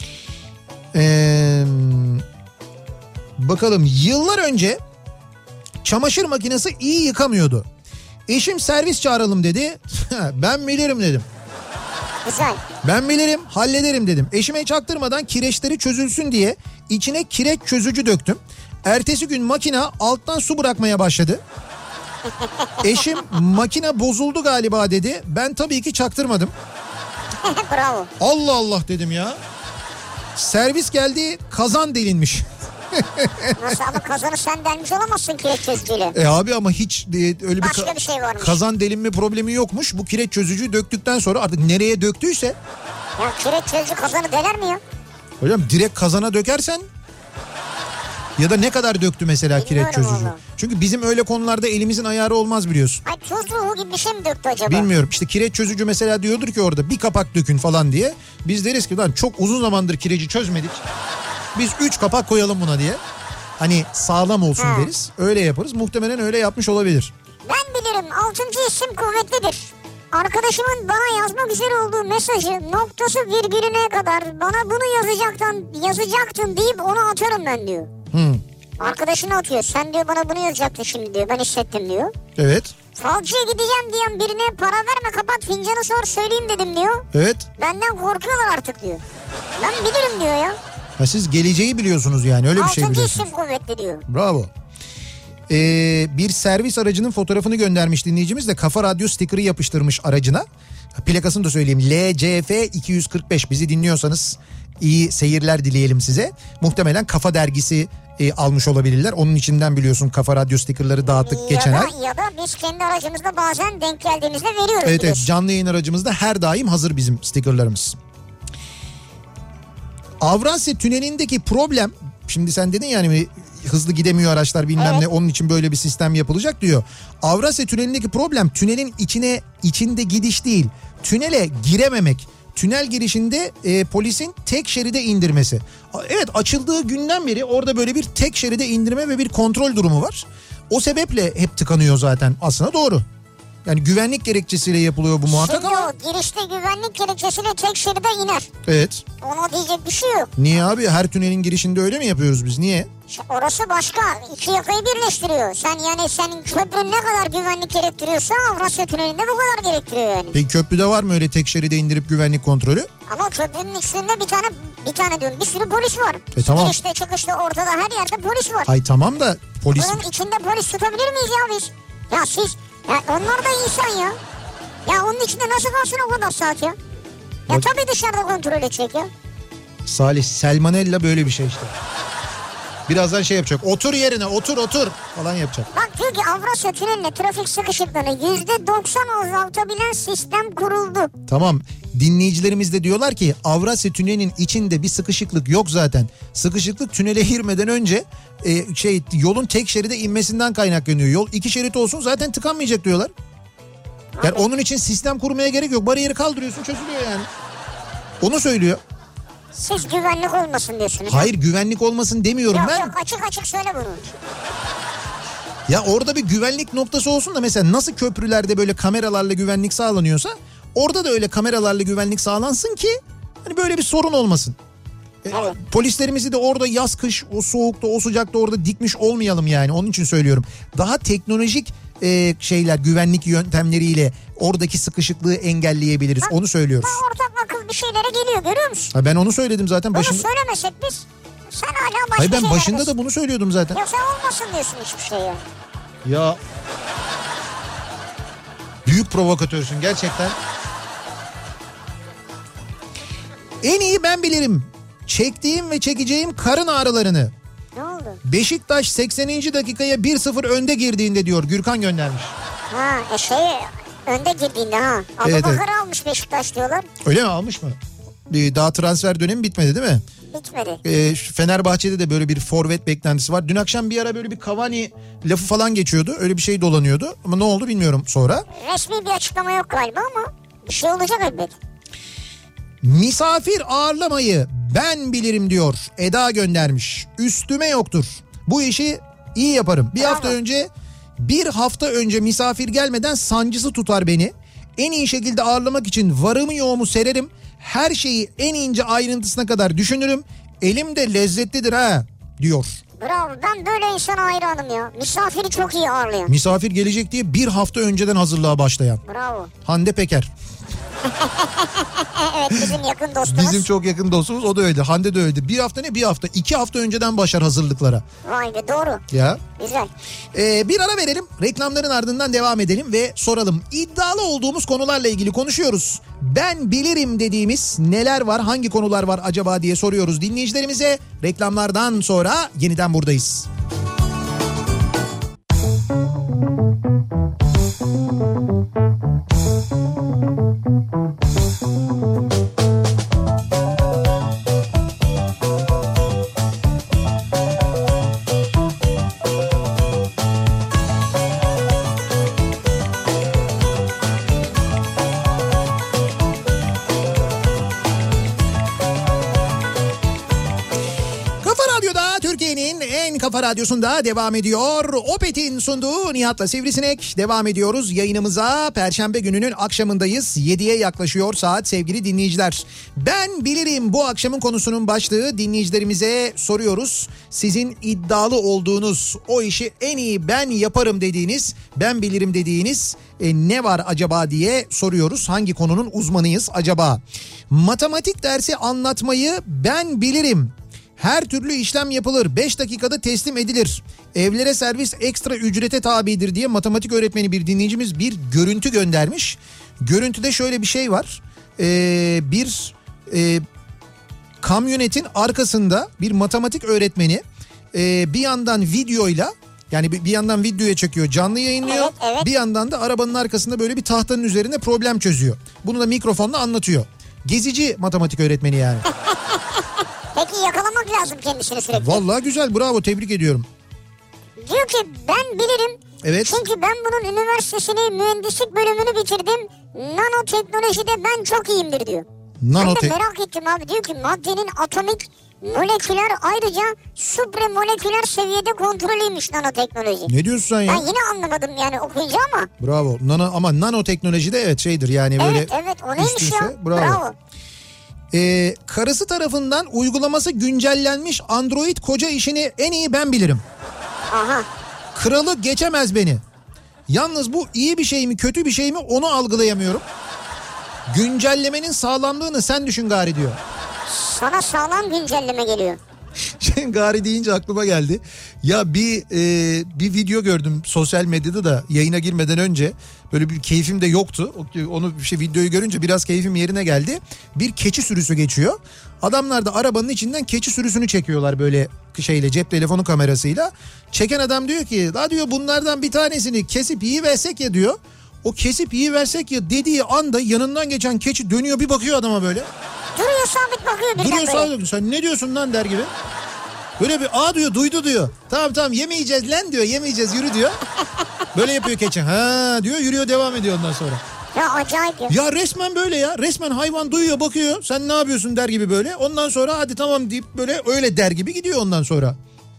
Bakalım, yıllar önce çamaşır makinesi iyi yıkamıyordu. Eşim servis çağıralım dedi. Ben bilirim dedim. Güzel. Ben bilirim, hallederim dedim. Eşime çaktırmadan kireçleri çözülsün diye içine kireç çözücü döktüm. Ertesi gün makine alttan su bırakmaya başladı. Eşim makine bozuldu galiba dedi. Ben tabii ki çaktırmadım. Bravo. Allah Allah dedim ya. Servis geldi, kazan delinmiş. Nasıl ama kazanı sen delmiş olamazsın kireç çözücüyle. Abi ama hiç öyle başka bir şey varmış. Kazan delinme problemi yokmuş. Bu kireç çözücüyü döktükten sonra artık nereye döktüyse. Ya kireç çözücü kazanı deler mi ya? Hocam direkt kazana dökersen ya da ne kadar döktü mesela bilmiyorum kireç çözücü. Onu. Çünkü bizim öyle konularda elimizin ayarı olmaz biliyorsun. Ay tuz ruhu gibi bir şey mi döktü acaba? Bilmiyorum işte kireç çözücü mesela diyordur ki orada bir kapak dökün falan diye. Biz deriz ki lan çok uzun zamandır kireci çözmedik. Biz 3 kapak koyalım buna diye. Hani sağlam olsun deriz. Öyle yaparız. Muhtemelen öyle yapmış olabilir. Ben bilirim 6. isim kuvvetlidir. Arkadaşımın bana yazmak üzere olduğu mesajı noktası virgülüne kadar bana bunu yazacaktın deyip onu atarım ben diyor. Arkadaşını atıyor. Sen diyor bana bunu yazacaktın şimdi diyor. Ben hissettim diyor. Evet. Falcıya gideceğim diyen birine para verme kapat fincanı sor söyleyeyim dedim diyor. Evet. Benden korkuyorlar artık diyor. Ben bilirim diyor ya. Ha, siz geleceği biliyorsunuz yani öyle bir şey biliyorsunuz. 6. isim kuvvetli diyor. Bravo. Bir servis aracının fotoğrafını göndermiş dinleyicimiz de Kafa Radyo stikeri yapıştırmış aracına. Plakasını da söyleyeyim. LCF 245 bizi dinliyorsanız iyi seyirler dileyelim size. Muhtemelen Kafa Dergisi almış olabilirler. Onun içinden biliyorsun Kafa Radyo stikerleri dağıttık geçen ay. Ya da biz kendi aracımızda bazen denk geldiğimizde veriyoruz. Evet canlı yayın aracımızda her daim hazır bizim stikerlerimiz. Avrasya Tüneli'ndeki problem, şimdi sen dedin yani hızlı gidemiyor araçlar bilmem ne, onun için böyle bir sistem yapılacak diyor. Avrasya Tüneli'ndeki problem tünelin içinde gidiş değil, tünele girememek. Tünel girişinde polisin tek şeride indirmesi. Evet, açıldığı günden beri orada böyle bir tek şeride indirme ve bir kontrol durumu var. O sebeple hep tıkanıyor zaten, aslında doğru. Yani güvenlik gerekçesiyle yapılıyor bu muhakkak şimdi ama. o girişte güvenlik gerekçesiyle tek şeride iner. Evet. Ona diyecek bir şey yok. Niye abi, her tünelin girişinde öyle mi yapıyoruz biz, niye? Orası başka. İki yakayı birleştiriyor. Senin köprü ne kadar güvenlik gerektiriyorsa Avrasya Tüneli'nde bu kadar gerektiriyor yani. Peki köprüde var mı öyle tek şeride indirip güvenlik kontrolü? Ama köprünün üstünde bir tane diyorum, bir sürü polis var. Tamam. Girişte çıkışta ortada her yerde polis var. Ay tamam da polis... Bunun içinde polis tutabilir miyiz ya biz? Ya siz, ya onlar da insan ya. Ya onun içinde nasıl kalsın o kadar saat ya? Ya tabii dışarıda kontrol edecek ya. Salih, Selmanella böyle bir şey işte. Birazdan şey yapacak. Otur yerine, otur falan yapacak. Bak diyor ki Avrasya Tüneli'ne trafik sıkışıklığını %90 azaltabilen sistem kuruldu. Tamam. Dinleyicilerimiz de diyorlar ki Avrasya Tüneli'nin içinde bir sıkışıklık yok zaten. Sıkışıklık tünele girmeden önce yolun tek şeride inmesinden kaynaklanıyor. Yol 2 şerit olsun zaten tıkanmayacak diyorlar. Yani onun için sistem kurmaya gerek yok. Bariyeri kaldırıyorsun, çözülüyor yani. Onu söylüyor. Siz güvenlik olmasın diyorsunuz. Hayır, güvenlik olmasın demiyorum ben. Yok açık söyle bunu. Ya orada bir güvenlik noktası olsun da mesela nasıl köprülerde böyle kameralarla güvenlik sağlanıyorsa orada da öyle kameralarla güvenlik sağlansın ki hani böyle bir sorun olmasın. Evet. Polislerimizi de orada yaz kış o soğukta o sıcakta orada dikmiş olmayalım yani, onun için söylüyorum. Daha teknolojik güvenlik yöntemleriyle oradaki sıkışıklığı engelleyebiliriz, onu söylüyoruz. Ortak akıl bir şeylere geliyor, görüyor musun? Ha, ben onu söyledim zaten başında. Bunu söylemesek biz, sen hala başka Hayır, ben şeyler başında diyorsun. da bunu söylüyordum zaten. Yoksa olmasın diyorsun hiçbir şey ya. Ya büyük provokatörsün gerçekten. En iyi ben bilirim. Çektiğim ve çekeceğim karın ağrılarını. Ne oldu? Beşiktaş 80. dakikaya 1-0 önde girdiğinde diyor, Gürkan göndermiş. Ha önde girdiğinde ha. Abubakar'ı almış Beşiktaş diyorlar. Öyle mi, almış mı? Daha transfer dönemi bitmedi değil mi? Bitmedi. Fenerbahçe'de de böyle bir forvet beklentisi var. Dün akşam bir ara böyle bir Cavani lafı falan geçiyordu. Öyle bir şey dolanıyordu. Ama ne oldu bilmiyorum sonra. Resmi bir açıklama yok galiba ama bir şey olacak elbet. Misafir ağırlamayı ben bilirim diyor. Eda göndermiş. Üstüme yoktur. Bu işi iyi yaparım. Bir hafta önce misafir gelmeden sancısı tutar beni. En iyi şekilde ağırlamak için varımı yoğumu sererim. Her şeyi en ince ayrıntısına kadar düşünürüm. Elim de lezzetlidir ha diyor. Bravo, ben böyle insana hayranım ya. Misafiri çok iyi ağırlayan. Misafir gelecek diye bir hafta önceden hazırlığa başlayan. Bravo. Hande Peker. Evet, bizim yakın dostumuz. Bizim çok yakın dostumuz, o da öyle. Hande de öyle. Bir hafta ne, bir hafta 2 hafta önceden başlar hazırlıklara. Vay be, doğru. Ya. Güzel. Bir ara verelim, reklamların ardından devam edelim ve soralım. İddialı olduğumuz konularla ilgili konuşuyoruz. Ben bilirim dediğimiz neler var, hangi konular var acaba diye soruyoruz dinleyicilerimize. Reklamlardan sonra yeniden buradayız. Kafa Radyosu'nda devam ediyor. Opet'in sunduğu Nihat'la Sivrisinek. Devam ediyoruz yayınımıza. Perşembe gününün akşamındayız. 7'ye yaklaşıyor saat sevgili dinleyiciler. Ben bilirim bu akşamın konusunun başlığı. Dinleyicilerimize soruyoruz. Sizin iddialı olduğunuz, o işi en iyi ben yaparım dediğiniz, ben bilirim dediğiniz ne var acaba diye soruyoruz. Hangi konunun uzmanıyız acaba? Matematik dersi anlatmayı ben bilirim. Her türlü işlem yapılır. 5 dakikada teslim edilir. Evlere servis ekstra ücrete tabidir diye matematik öğretmeni bir dinleyicimiz bir görüntü göndermiş. Görüntüde şöyle bir şey var. Bir kamyonetin arkasında bir matematik öğretmeni bir yandan videoyla, yani bir yandan videoya çekiyor, canlı yayınlıyor. Evet. Bir yandan da arabanın arkasında böyle bir tahtanın üzerinde problem çözüyor. Bunu da mikrofonla anlatıyor. Gezici matematik öğretmeni yani. Peki yakalamak lazım kendisini sürekli. Vallahi güzel, bravo, tebrik ediyorum. Diyor ki ben bilirim. Evet. Çünkü ben bunun üniversitesini, mühendislik bölümünü bitirdim. Nanoteknolojide ben çok iyiyimdir diyor. Ben de merak ettim abi. Diyor ki maddenin atomik, moleküler, ayrıca supremoleküler seviyede kontrolüymüş nanoteknoloji. Ne diyorsun sen ya? Ben yine anlamadım yani okuyunca ama. Bravo. Ama nanoteknolojide evet şeydir yani böyle. Evet o neymiş üstünse, ya? Bravo. Karısı tarafından uygulaması güncellenmiş Android koca işini en iyi ben bilirim. Aha. Kralı geçemez beni. Yalnız bu iyi bir şey mi kötü bir şey mi onu algılayamıyorum. Güncellemenin sağlamlığını sen düşün gari diyor. Sana sağlam güncelleme geliyor. Gari deyince aklıma geldi. Ya bir video gördüm sosyal medyada da yayına girmeden önce. Böyle bir keyfim de yoktu. Onu videoyu görünce biraz keyfim yerine geldi. Bir keçi sürüsü geçiyor. Adamlar da arabanın içinden keçi sürüsünü çekiyorlar böyle cep telefonu kamerasıyla. Çeken adam diyor ki daha diyor bunlardan bir tanesini kesip yiyiversek ya diyor. O kesip yiyiversek ya dediği anda yanından geçen keçi dönüyor bir bakıyor adama böyle. Duruyor sabit bakıyor birden. Duruyor sabit, sen ne diyorsun lan der gibi. Böyle bir diyor, duydu diyor. Tamam yemeyeceğiz lan diyor, yemeyeceğiz yürü diyor. Böyle yapıyor keçi. Ha diyor, yürüyor devam ediyor ondan sonra. Ya acayip ya. Ya resmen böyle ya, resmen hayvan duyuyor bakıyor, sen ne yapıyorsun der gibi böyle. Ondan sonra hadi tamam deyip böyle öyle der gibi gidiyor ondan sonra.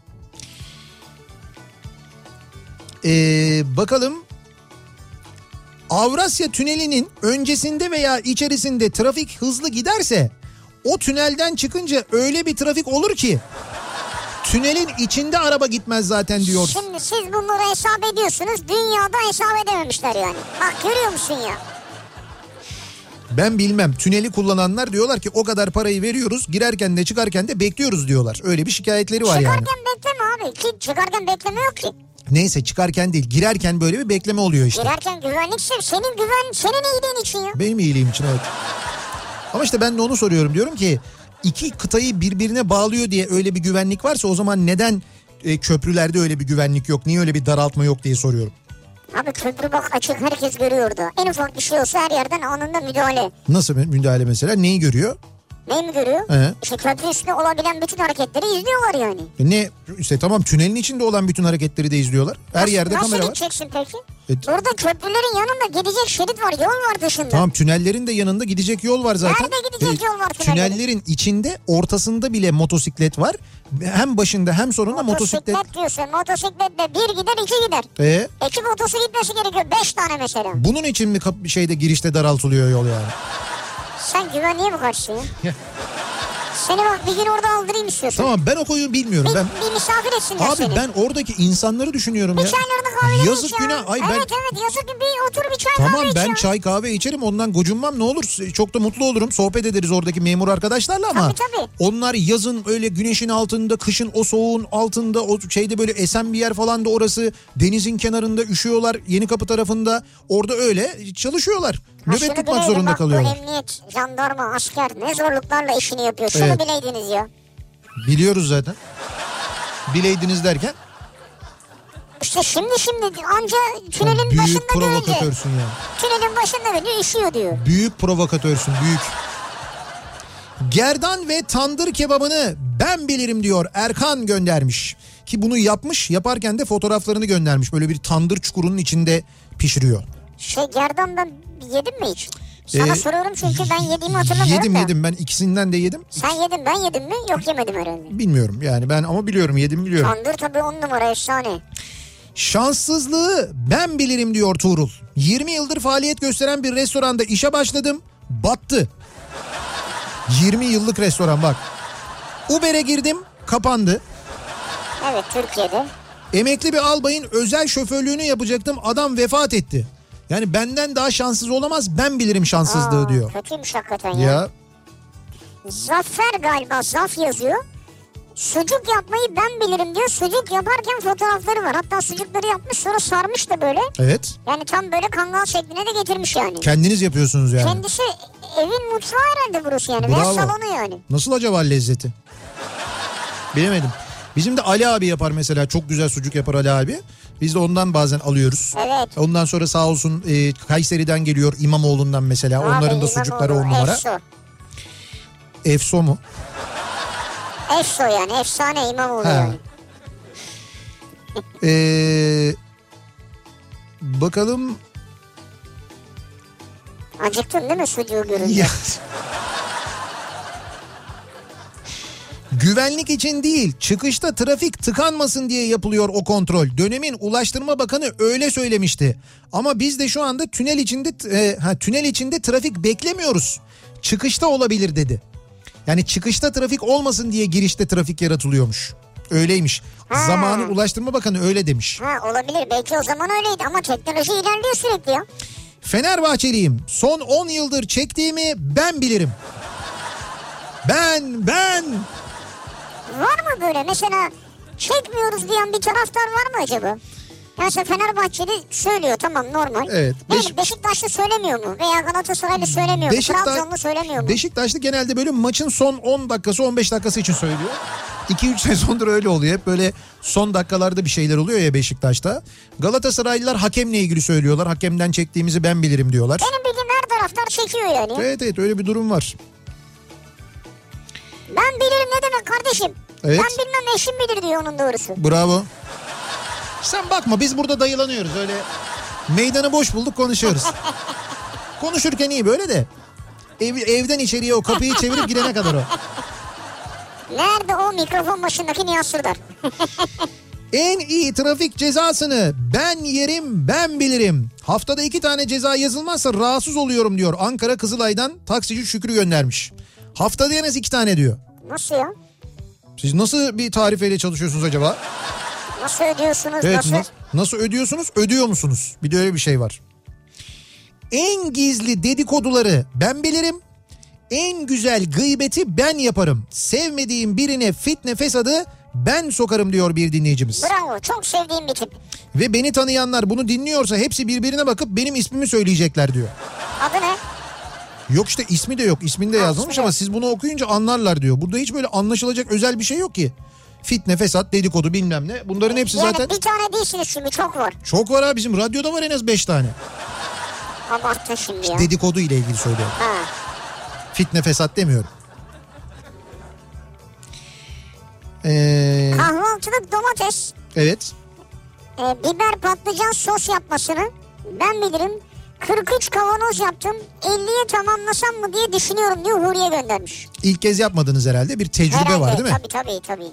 Bakalım. Avrasya Tüneli'nin öncesinde veya içerisinde trafik hızlı giderse o tünelden çıkınca öyle bir trafik olur ki tünelin içinde araba gitmez zaten diyor. Şimdi siz bunları hesap ediyorsunuz, dünyada hesap edememişler yani. Bak görüyor musun ya? Ben bilmem, tüneli kullananlar diyorlar ki o kadar parayı veriyoruz, girerken de çıkarken de bekliyoruz diyorlar. Öyle bir şikayetleri var yani. Çıkarken bekleme abi, ki çıkarken bekleme yok ki. Neyse çıkarken değil, girerken böyle bir bekleme oluyor işte. Girerken güvenlikse senin iyiliğin için ya. Benim iyiliğim için evet. Ama işte ben de onu soruyorum, diyorum ki iki kıtayı birbirine bağlıyor diye öyle bir güvenlik varsa o zaman neden köprülerde öyle bir güvenlik yok? Niye öyle bir daraltma yok diye soruyorum. Abi köprü bak açık, herkes görüyordu. En ufak bir şey olsa her yerden anında müdahale. Nasıl müdahale mesela? Neyi görüyor? Neyi mi görüyor? İşte köprü üstünde olabilen bütün hareketleri izliyorlar yani. Ne? İşte tamam, tünelin içinde olan bütün hareketleri de izliyorlar. Her yerde kamera var. Nasıl gideceksin peki? Orada köprülerin yanında gidecek şerit var, yol var dışında. Tamam, tünellerin de yanında gidecek yol var zaten. Nerede gidecek yol var tünellerin içinde, ortasında bile motosiklet var. Hem başında hem sonunda motosiklet. Motosiklet diyorsun. Motosikletle bir gider iki gider. İki motosu gitmesi gerekiyor. 5 tane mesela. Bunun için mi girişte daraltılıyor yol yani? Sen güvenliğe mi karşısın ya? Seni bak bir gün orada aldırayım istiyorsun. Tamam, ben o konuyu bilmiyorum. Bir misafir etsinler abi seni. Ben oradaki insanları düşünüyorum ya. Bir çaylarını kahve Yazık iç ya. günah. Ay evet yazık bir otur bir çay Tamam kahve iç ben ya. çay kahve içerim, ondan gocunmam, ne olur, çok da mutlu olurum, sohbet ederiz oradaki memur arkadaşlarla ama Tabii. onlar yazın öyle güneşin altında, kışın o soğuğun altında, o şeyde böyle esen bir yer falan da orası, denizin kenarında üşüyorlar, Yenikapı tarafında, orada öyle çalışıyorlar. Nöbet tutmak zorunda bak, kalıyorlar. Bu emniyet, jandarma, asker ne zorluklarla işini yapıyor. Şunu Evet. bileydiniz ya. Biliyoruz zaten. Bileydiniz derken. İşte şimdi anca tünelin Büyük başında görünce. provokatörsün ya. Tünelin başında böyle üşüyor diyor. Büyük provokatörsün, büyük. Gerdan ve tandır kebabını ben bilirim diyor, Erkan göndermiş. Ki bunu yaparken de fotoğraflarını göndermiş. Böyle bir tandır çukurunun içinde pişiriyor. Gerdan ben yedim mi hiç? Sana soruyorum çünkü ben yediğimi hatırlamıyorum. Yedim ben ikisinden de yedim. Sen yedin, ben yedim mi? Yok, yemedim herhalde. Bilmiyorum yani ben, ama biliyorum, biliyorum. Tandır tabii 10 numara, efsane. Şanssızlığı ben bilirim diyor Tuğrul. 20 yıldır faaliyet gösteren bir restoranda işe başladım, battı. 20 yıllık restoran bak. Uber'e girdim, kapandı. Evet, Türkiye'de. Emekli bir albayın özel şoförlüğünü yapacaktım, adam vefat etti. Yani benden daha şanssız olamaz, ben bilirim şanssızlığı diyor. Kötüymüş hakikaten ya. Zafer galiba, Zaf yazıyor. Sucuk yapmayı ben bilirim diyor. Sucuk yaparken fotoğrafları var. Hatta sucukları yapmış, sonra sarmış da böyle. Evet. Yani tam böyle kangal şekline de getirmiş yani. Kendiniz yapıyorsunuz yani. Kendisi, evin mutfağı herhalde burası yani. Bravo. Veya salonu yani. Nasıl acaba lezzeti? Bilemedim. Bizim de Ali abi yapar mesela, çok güzel sucuk yapar Ali abi. Biz de ondan bazen alıyoruz. Evet. Ondan sonra sağ olsun Kayseri'den geliyor, İmamoğlu'ndan mesela. Abi, onların da sucukları 10 numara. Efso. Efso mu? Efso yani, efsane İmamoğlu yani. Bakalım. Acıktın değil mi sucuğu görünce? Güvenlik için değil, çıkışta trafik tıkanmasın diye yapılıyor o kontrol. Dönemin Ulaştırma Bakanı öyle söylemişti. Ama biz de şu anda tünel içinde trafik beklemiyoruz. Çıkışta olabilir dedi. Yani çıkışta trafik olmasın diye girişte trafik yaratılıyormuş. Öyleymiş. Zamanı Ulaştırma Bakanı öyle demiş. Olabilir, belki o zaman öyleydi ama teknoloji ilerliyor sürekli ya. Fenerbahçeliyim. Son 10 yıldır çektiğimi ben bilirim. Ben. Var mı böyle mesela çekmiyoruz diyen bir taraftar var mı acaba? Mesela Fenerbahçeli söylüyor, tamam, normal. Evet. Beşiktaşlı söylemiyor mu? Veya Galatasaraylı söylemiyor mu? Trabzonlu söylemiyor mu? Beşiktaşlı genelde böyle maçın son 10 dakikası 15 dakikası için söylüyor. 2-3 sezondur öyle oluyor. Hep böyle son dakikalarda bir şeyler oluyor ya Beşiktaş'ta. Galatasaraylılar hakemle ilgili söylüyorlar. Hakemden çektiğimizi ben bilirim diyorlar. Benim bildiğim her taraftar çekiyor yani. Evet öyle bir durum var. Ben bilirim ne demek kardeşim? Evet. Ben bilmem, eşim bilir diyor onun doğrusu. Bravo. Sen bakma, biz burada dayılanıyoruz öyle. Meydanı boş bulduk, konuşuyoruz. Konuşurken iyi böyle de. Evden içeriye o kapıyı çevirip girene kadar o. Nerede o mikrofon başındaki Nihat Sırdar? En iyi trafik cezasını ben yerim, ben bilirim. Haftada 2 tane ceza yazılmazsa rahatsız oluyorum diyor. Ankara Kızılay'dan taksici Şükrü göndermiş. Haftada en az 2 tane diyor. Nasıl ya? Siz nasıl bir tarifeyle çalışıyorsunuz acaba? Nasıl ödüyorsunuz? Evet, nasıl ödüyorsunuz? Ödüyor musunuz? Bir de öyle bir şey var. En gizli dedikoduları ben bilirim. En güzel gıybeti ben yaparım. Sevmediğim birine fitne fesadı ben sokarım diyor bir dinleyicimiz. Bravo, çok sevdiğim bir tip. Ve beni tanıyanlar bunu dinliyorsa hepsi birbirine bakıp benim ismimi söyleyecekler diyor. Adı ne? Yok işte, ismi de yok. İsmini de yazmamış ama siz bunu okuyunca anlarlar diyor. Burada hiç böyle anlaşılacak özel bir şey yok ki. Fitne, fesat, dedikodu bilmem ne. Bunların hepsi yani zaten... bir tane değilsiniz şimdi, çok var. Çok var ha, bizim radyoda var en az 5 tane. Abarttın şimdi ya. Dedikodu ile ilgili söylüyorum. Fitne, fesat demiyorum. Kahvaltılık domates. Evet. Biber patlıcan sos yapmasını ben bilirim. 43 kavanoz yaptım. 50'ye tamamlasam mı diye düşünüyorum diyor, Huriye göndermiş. İlk kez yapmadınız herhalde. Bir tecrübe herhalde var değil mi? Tabii.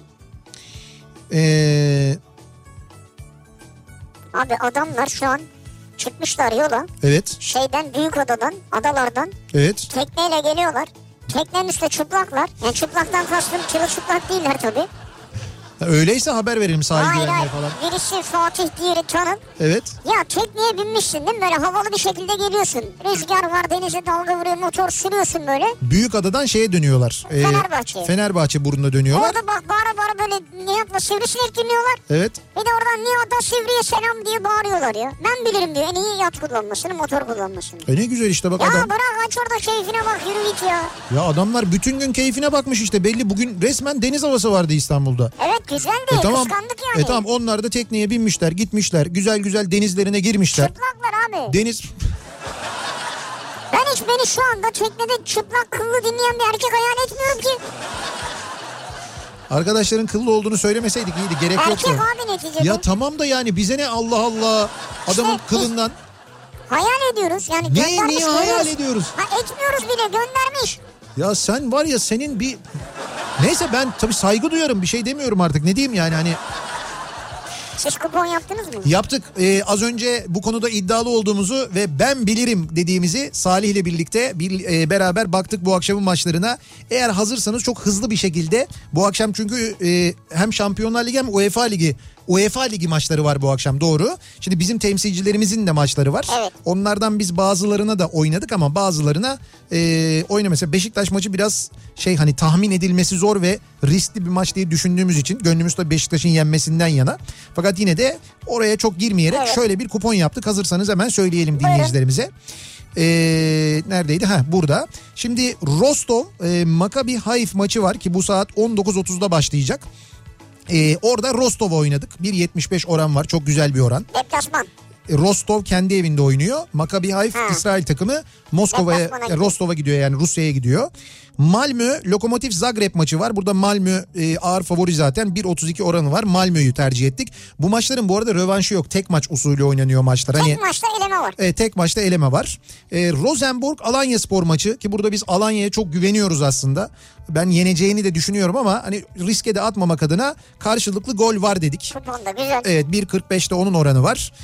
Abi adamlar şu an çıkmışlar yola. Evet. Büyük adalardan. Evet. Tekneyle geliyorlar. Teknenin üstünde çıplaklar. Yani çıplaktan kastım çırılçıplak değiller tabii. Öyleyse haber verelim sahil güvenliğe falan. Birisi Fatih, diğeri Tanım. Evet. Ya tekneye binmişsin değil mi? Böyle havalı bir şekilde geliyorsun. Rüzgar var, denize dalga vuruyor, motor sürüyorsun böyle. Büyükada'dan şeye dönüyorlar. Fenerbahçe burnuna dönüyorlar. Orada bak bağıra böyle Nihat'la Sivrisinek dinliyorlar. Evet. Bir de oradan Nihat'a Sivri'ye selam diye bağırıyorlar ya. Ben bilirim diyor en iyi yat kullanmasını, motor kullanmasını. Ne güzel işte bak ya adam. Ya bırak aç orada keyfine bak, yürü git ya. Ya adamlar bütün gün keyfine bakmış işte, belli bugün resmen deniz havası vardı İstanbul'da. Evet güzeldi, tamam. kıskandık yani. Tamam, onlar da tekneye binmişler, gitmişler, güzel güzel denizlerine girmişler. Çıplaklar abi. Deniz... Ben hiç beni şu anda teknede çıplak kıllı dinleyen bir erkek hayal etmiyorum ki. Arkadaşların kıllı olduğunu söylemeseydik iyiydi, gerek yoktu. Erkek abi neticede. Ya tamam da yani bize ne, Allah Allah, adamın İşte kılından. Hayal ediyoruz yani, göndermiş. Neyi hayal ediyoruz? Etmiyoruz bile, göndermiş. Ya sen var ya, senin bir... Neyse ben tabii saygı duyarım, bir şey demiyorum artık, ne diyeyim yani hani... Siz kupon yaptınız mı? Yaptık. Az önce bu konuda iddialı olduğumuzu ve ben bilirim dediğimizi Salih ile birlikte beraber baktık bu akşamın maçlarına. Eğer hazırsanız çok hızlı bir şekilde bu akşam, çünkü hem Şampiyonlar Ligi hem UEFA Ligi maçları var bu akşam, doğru. Şimdi bizim temsilcilerimizin de maçları var. Evet. Onlardan biz bazılarına da oynadık ama bazılarına mesela Beşiktaş maçı biraz hani tahmin edilmesi zor ve riskli bir maç diye düşündüğümüz için gönlümüz de Beşiktaş'ın yenmesinden yana. Fakat yine de oraya çok girmeyerek şöyle bir kupon yaptık. Hazırsanız hemen söyleyelim dinleyicilerimize. Neredeydi? Burada. Şimdi Rostov Maccabi Haifa maçı var ki bu saat 19.30'da başlayacak. Orada Rostov'a oynadık. 1.75 oran var. Çok güzel bir oran. Deplasman. Rostov kendi evinde oynuyor. Maccabi Haifa İsrail takımı Rostov'a gidiyor, yani Rusya'ya gidiyor. Malmö Lokomotiv Zagreb maçı var. Burada Malmö ağır favori zaten. 1.32 oranı var. Malmö'yü tercih ettik. Bu maçların bu arada rövanşı yok. Tek maç usulü oynanıyor maçlar. Tek maçta eleme var. Tek maçta eleme var. Rosenborg Alanyaspor maçı ki burada biz Alanya'ya çok güveniyoruz aslında. Ben yeneceğini de düşünüyorum ama hani riske de atmamak adına karşılıklı gol var dedik. Kuponda güzel. Evet, 1.45'te onun oranı var.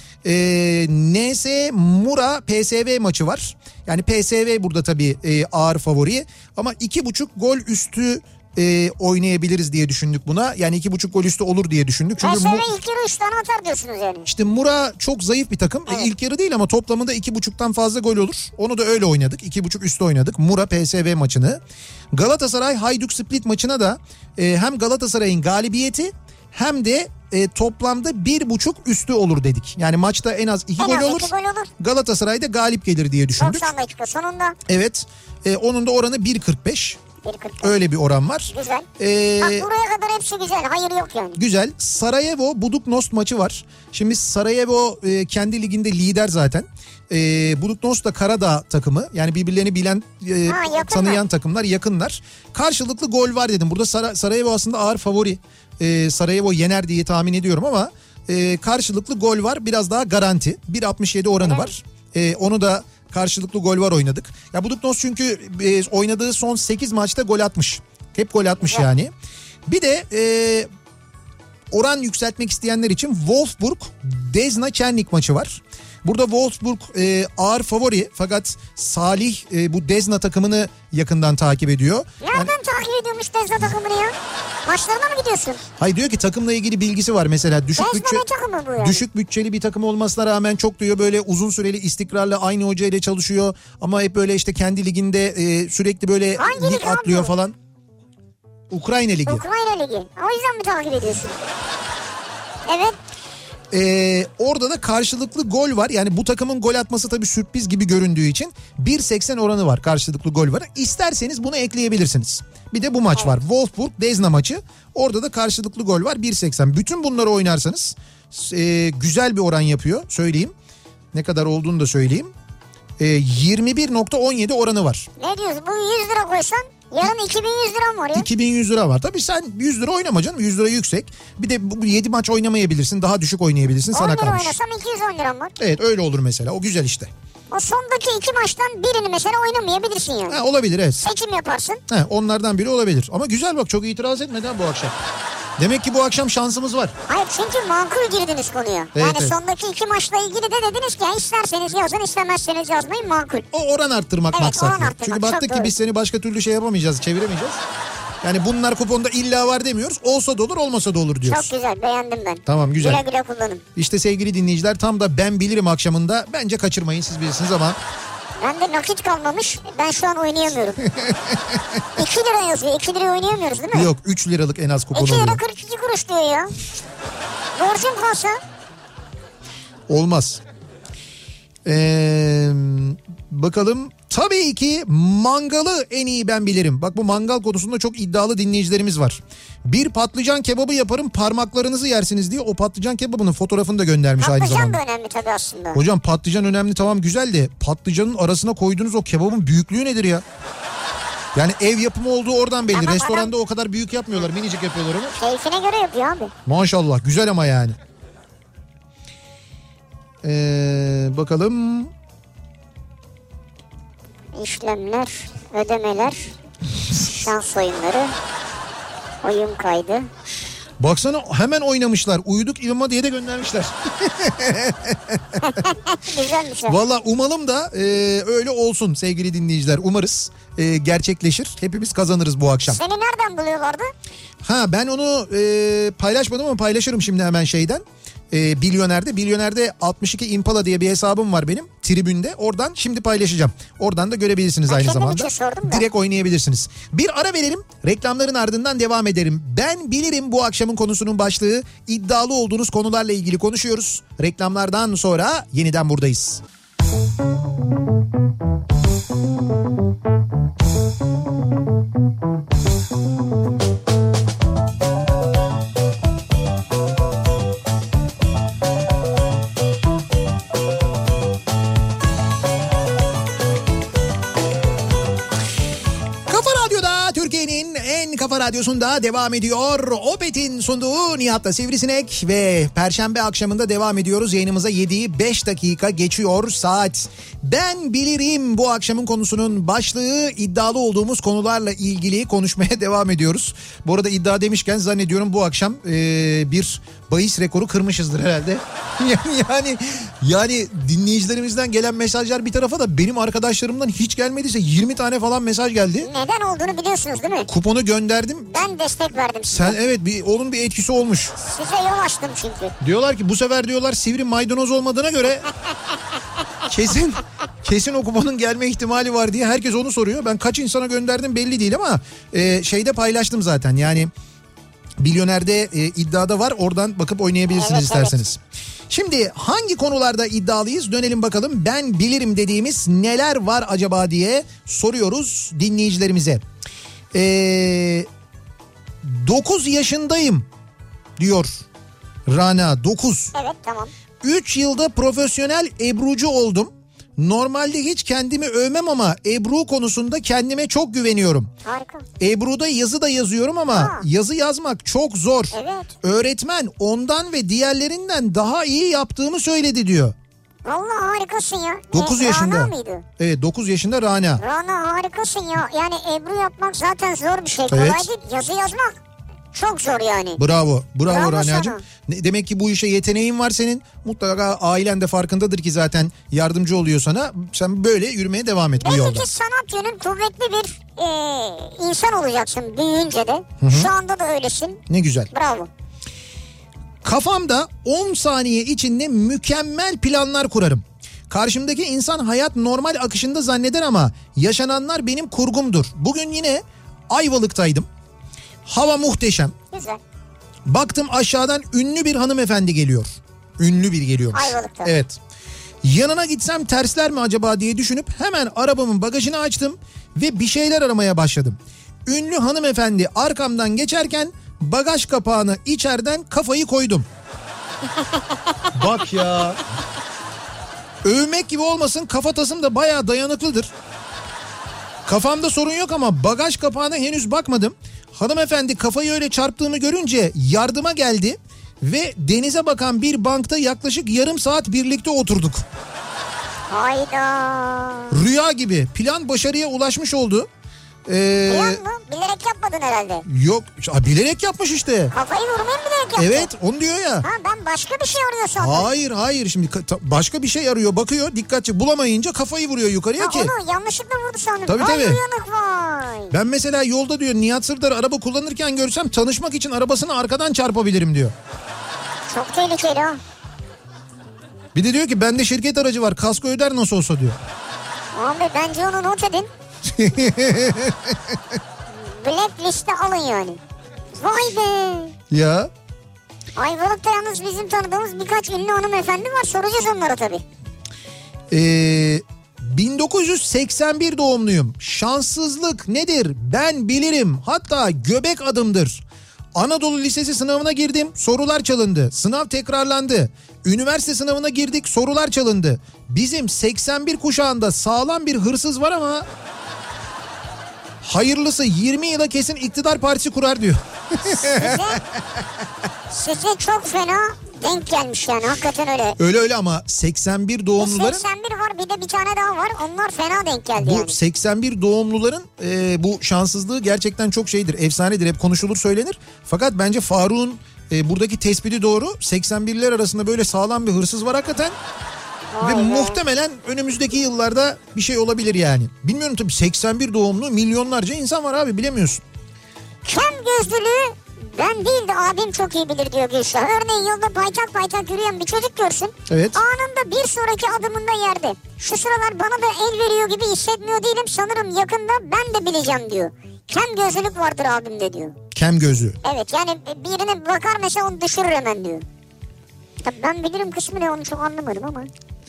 NS Mura PSV maçı var. Yani PSV burada tabii ağır favori ama 2.5 gol üstü oynayabiliriz diye düşündük buna. Yani 2.5 gol üstü olur diye düşündük. Çünkü PSV ilk yarı 3 tane atar diyorsunuz yani. İşte Mura çok zayıf bir takım. Evet. İlk yarı değil ama toplamında 2.5'tan fazla gol olur. Onu da öyle oynadık. 2.5 üstü oynadık. Mura PSV maçını. Galatasaray Hajduk Split maçına da hem Galatasaray'ın galibiyeti hem de toplamda 1.5 üstü olur dedik. Yani maçta en az 2 gol olur. Galatasaray'da galip gelir diye düşündük. 90 dakika sonunda. Evet. Onun da oranı 1.45. Öyle bir oran var. Güzel. Buraya kadar hepsi güzel. Hayır yok yani. Güzel. Sarajevo Budućnost maçı var. Şimdi Sarajevo kendi liginde lider zaten. Budućnost da Karadağ takımı. Yani birbirlerini bilen, tanıyan takımlar, yakınlar. Karşılıklı gol var dedim. Burada Sarajevo aslında ağır favori. Sarajevo yener diye tahmin ediyorum ama karşılıklı gol var. Biraz daha garanti. 1.67 oranı var. Onu da karşılıklı gol var oynadık. Ya Budućnost çünkü oynadığı son 8 maçta gol atmış. Hep gol atmış yani. Bir de oran yükseltmek isteyenler için Wolfsburg Desna Çernik maçı var. Burada Wolfsburg ağır favori fakat Salih bu Desna takımını yakından takip ediyor. Nereden takip ediyormuş Desna takımını ya? Maçlarına mı gidiyorsun? Hayır, diyor ki takımla ilgili bilgisi var mesela. Düşük bütçeli bir takım olmasına rağmen çok diyor böyle uzun süreli istikrarla aynı hoca ile çalışıyor. Ama hep böyle işte kendi liginde sürekli böyle lig atlıyor falan. Ukrayna Ligi. Ukrayna Ligi. O yüzden mi takip ediyorsun? Evet. Orada da karşılıklı gol var. Yani bu takımın gol atması tabii sürpriz gibi göründüğü için 1.80 oranı var, karşılıklı gol var. İsterseniz bunu ekleyebilirsiniz. Bir de bu maç var. Wolfsburg Desna maçı. Orada da karşılıklı gol var, 1.80. Bütün bunları oynarsanız güzel bir oran yapıyor. Söyleyeyim. Ne kadar olduğunu da söyleyeyim. 21.17 oranı var. Ne diyorsun? Bu 100 lira koysan yarın 2100 liram var ya. 2100 lira var. Tabii sen 100 lira oynama canım. 100 lira yüksek. Bir de bu 7 maç oynamayabilirsin. Daha düşük oynayabilirsin. Sana kalmış. 10 lira oynasam 210 liram var. Evet, öyle olur mesela. O güzel işte. O sondaki 2 maçtan birini mesela oynamayabilirsin yani. Olabilir, evet. Seçim yaparsın. Onlardan biri olabilir. Ama güzel bak, çok itiraz etmeden bu akşam. Demek ki bu akşam şansımız var. Hayır, çünkü makul girdiniz konuya. Evet. Sondaki 2 maçla ilgili de dediniz ki isterseniz yazın, istemezseniz yazmayın, makul. O oran arttırmak maksatlı. Oran arttırmak. Çünkü baktık ki biz seni başka türlü şey yapamayacağız, çeviremeyeceğiz. Yani bunlar kuponda illa var demiyoruz. Olsa da olur, olmasa da olur diyoruz. Çok güzel, beğendim ben. Tamam, güzel. Güle güle kullanın. İşte sevgili dinleyiciler, tam da ben bilirim akşamında. Bence kaçırmayın, siz bilirsiniz ama. Bende nakit kalmamış. Ben şu an oynayamıyorum. 2 lira yazıyor. 2 lira oynayamıyoruz değil mi? Yok, 3 liralık en az kupon 2 oluyor. lira 42 kuruş diyor ya. Borcum kalsa. Olmaz. Bakalım. Tabii ki mangalı en iyi ben bilirim. Bak, bu mangal konusunda çok iddialı dinleyicilerimiz var. Bir patlıcan kebabı yaparım, parmaklarınızı yersiniz diye o patlıcan kebabının fotoğrafını da göndermiş aynı zamanda. Patlıcan da önemli tabii aslında. Hocam patlıcan önemli, tamam, güzel de patlıcanın arasına koyduğunuz o kebabın büyüklüğü nedir ya? Yani ev yapımı olduğu oradan belli. Tamam, restoranda o kadar büyük yapmıyorlar, minicik yapıyorlar ama. Keyfine göre yapıyor abi. Maşallah, güzel ama yani. Bakalım. İşlemler, ödemeler, şans oyunları, oyun kaydı. Baksana, hemen oynamışlar. Uyuduk İlma diye de göndermişler. Güzelmiş. Valla umalım da öyle olsun sevgili dinleyiciler. Umarız gerçekleşir. Hepimiz kazanırız bu akşam. Seni nereden buluyorlardı? Ha, ben onu paylaşmadım ama paylaşırım şimdi hemen şeyden. Bilyoner'de 62 Impala diye bir hesabım var benim tribünde. Oradan şimdi paylaşacağım. Oradan da görebilirsiniz aynı zamanda. Direkt oynayabilirsiniz. Bir ara verelim. Reklamların ardından devam ederim. Ben bilirim bu akşamın konusunun başlığı. İddialı olduğunuz konularla ilgili konuşuyoruz. Reklamlardan sonra yeniden buradayız. Kafa Radyosu'nda devam ediyor. Opet'in sunduğu Nihat'la Sivrisinek ve Perşembe akşamında devam ediyoruz. Yayınımıza 7'yi 5 dakika geçiyor saat. Ben bilirim bu akşamın konusunun başlığı. İddialı olduğumuz konularla ilgili konuşmaya devam ediyoruz. Bu arada iddia demişken zannediyorum bu akşam bir bahis rekoru kırmışızdır herhalde. yani dinleyicilerimizden gelen mesajlar bir tarafa da benim arkadaşlarımdan hiç gelmediyse 20 tane falan mesaj geldi. Neden olduğunu biliyorsunuz değil mi? Kuponu gönderdim. Ben destek verdim size. Sen evet, onun bir etkisi olmuş. Size yol açtım çünkü. Diyorlar ki bu sefer diyorlar sivri maydanoz olmadığına göre kesin o kuponun gelme ihtimali var diye herkes onu soruyor. Ben kaç insana gönderdim belli değil ama şeyde paylaştım zaten yani. Bilyoner'de iddiada var, oradan bakıp oynayabilirsiniz isterseniz. Evet. Şimdi hangi konularda iddialıyız dönelim bakalım. Ben bilirim dediğimiz neler var acaba diye soruyoruz dinleyicilerimize. 9 yaşındayım diyor Rana. 9. Evet, tamam. 3 yılda profesyonel ebrucu oldum. Normalde hiç kendimi övmem ama Ebru konusunda kendime çok güveniyorum. Harika. Ebru'da yazı da yazıyorum ama yazı yazmak çok zor. Evet. Öğretmen ondan ve diğerlerinden daha iyi yaptığımı söyledi diyor. Vallahi harikasın ya. 9 yaşında. Rana mıydı? Evet, 9 yaşında Rana. Rana harikasın ya. Yani Ebru yapmak zaten zor bir şey. Kolay değil. Yazı yazmak çok zor yani. Bravo Rana'cığım. Sana. Demek ki bu işe yeteneğin var senin. Mutlaka ailen de farkındadır ki zaten yardımcı oluyor sana. Sen böyle yürümeye devam et bu yolda. Belki sanat yönün kuvvetli bir insan olacaksın büyüyünce de. Hı-hı. Şu anda da öylesin. Ne güzel. Bravo. Kafamda 10 saniye içinde mükemmel planlar kurarım. Karşımdaki insan hayat normal akışında zanneder ama yaşananlar benim kurgumdur. Bugün yine Ayvalık'taydım. Hava muhteşem. Güzel. Baktım aşağıdan ünlü bir hanımefendi geliyor. Ünlü bir geliyormuş. Ayvalık'ta. Evet. Yanına gitsem tersler mi acaba diye düşünüp hemen arabamın bagajını açtım ve bir şeyler aramaya başladım. Ünlü hanımefendi arkamdan geçerken bagaj kapağına içeriden kafayı koydum. Bak ya. Övmek gibi olmasın, kafatasım da bayağı dayanıklıdır. Kafamda sorun yok ama bagaj kapağına henüz bakmadım. Hanımefendi kafayı öyle çarptığımı görünce yardıma geldi ve denize bakan bir bankta yaklaşık yarım saat birlikte oturduk. Hayda. Rüya gibi. Plan başarıya ulaşmış oldu. Biliyor musun? Bilerek yapmadın herhalde. Yok bilerek yapmış işte. Kafayı vurmayı bilerek yaptı. Evet onu diyor ya. Ha, ben başka bir şey arıyor sandım. Hayır şimdi başka bir şey arıyor, bakıyor dikkatli bulamayınca kafayı vuruyor yukarıya ki. Onu yanlışlıkla vurdu sandım. Tabii. Uyanık vay. Ben mesela yolda diyor Nihat Sırdar araba kullanırken görsem tanışmak için arabasını arkadan çarpabilirim diyor. Çok tehlikeli ha. Bir de diyor ki bende şirket aracı var, kasko öder nasıl olsa diyor. Abi bence onu not edin. Blacklist'e alın yani. Vay be. Ya. Ayvalık'ta yalnız bizim tanıdığımız birkaç ünlü hanımefendi var. Soracağız onlara tabii. 1981 doğumluyum. Şanssızlık nedir? Ben bilirim. Hatta göbek adımdır. Anadolu Lisesi sınavına girdim. Sorular çalındı. Sınav tekrarlandı. Üniversite sınavına girdik. Sorular çalındı. Bizim 81 kuşağında sağlam bir hırsız var ama hayırlısı 20 yıla kesin iktidar partisi kurar diyor. Size çok fena denk gelmiş yani, hakikaten öyle. Öyle ama 81 doğumluların... 81 var, bir de bir tane daha var, onlar fena denk geldi bu yani. 81 doğumluların bu şanssızlığı gerçekten çok şeydir, efsanedir, hep konuşulur söylenir. Fakat bence Faruk'un buradaki tespiti doğru. 81'ler arasında böyle sağlam bir hırsız var hakikaten. Ve muhtemelen önümüzdeki yıllarda bir şey olabilir yani. Bilmiyorum tabii, 81 doğumlu milyonlarca insan var abi, bilemiyorsun. Kem gözlülüğü ben değil de abim çok iyi bilir diyor Gülşah. Örneğin yolda paytak paytak yürüyen bir çocuk görsün. Evet. Anında bir sonraki adımında yerde. Şu sıralar bana da el veriyor gibi hissetmiyor değilim. Sanırım yakında ben de bileceğim diyor. Kem gözlülük vardır abimde diyor. Kem gözlü. Evet, yani birine bakar mesela onu düşürür hemen diyor. Tabii ben bilirim kısmı ne, onu çok anlamadım ama.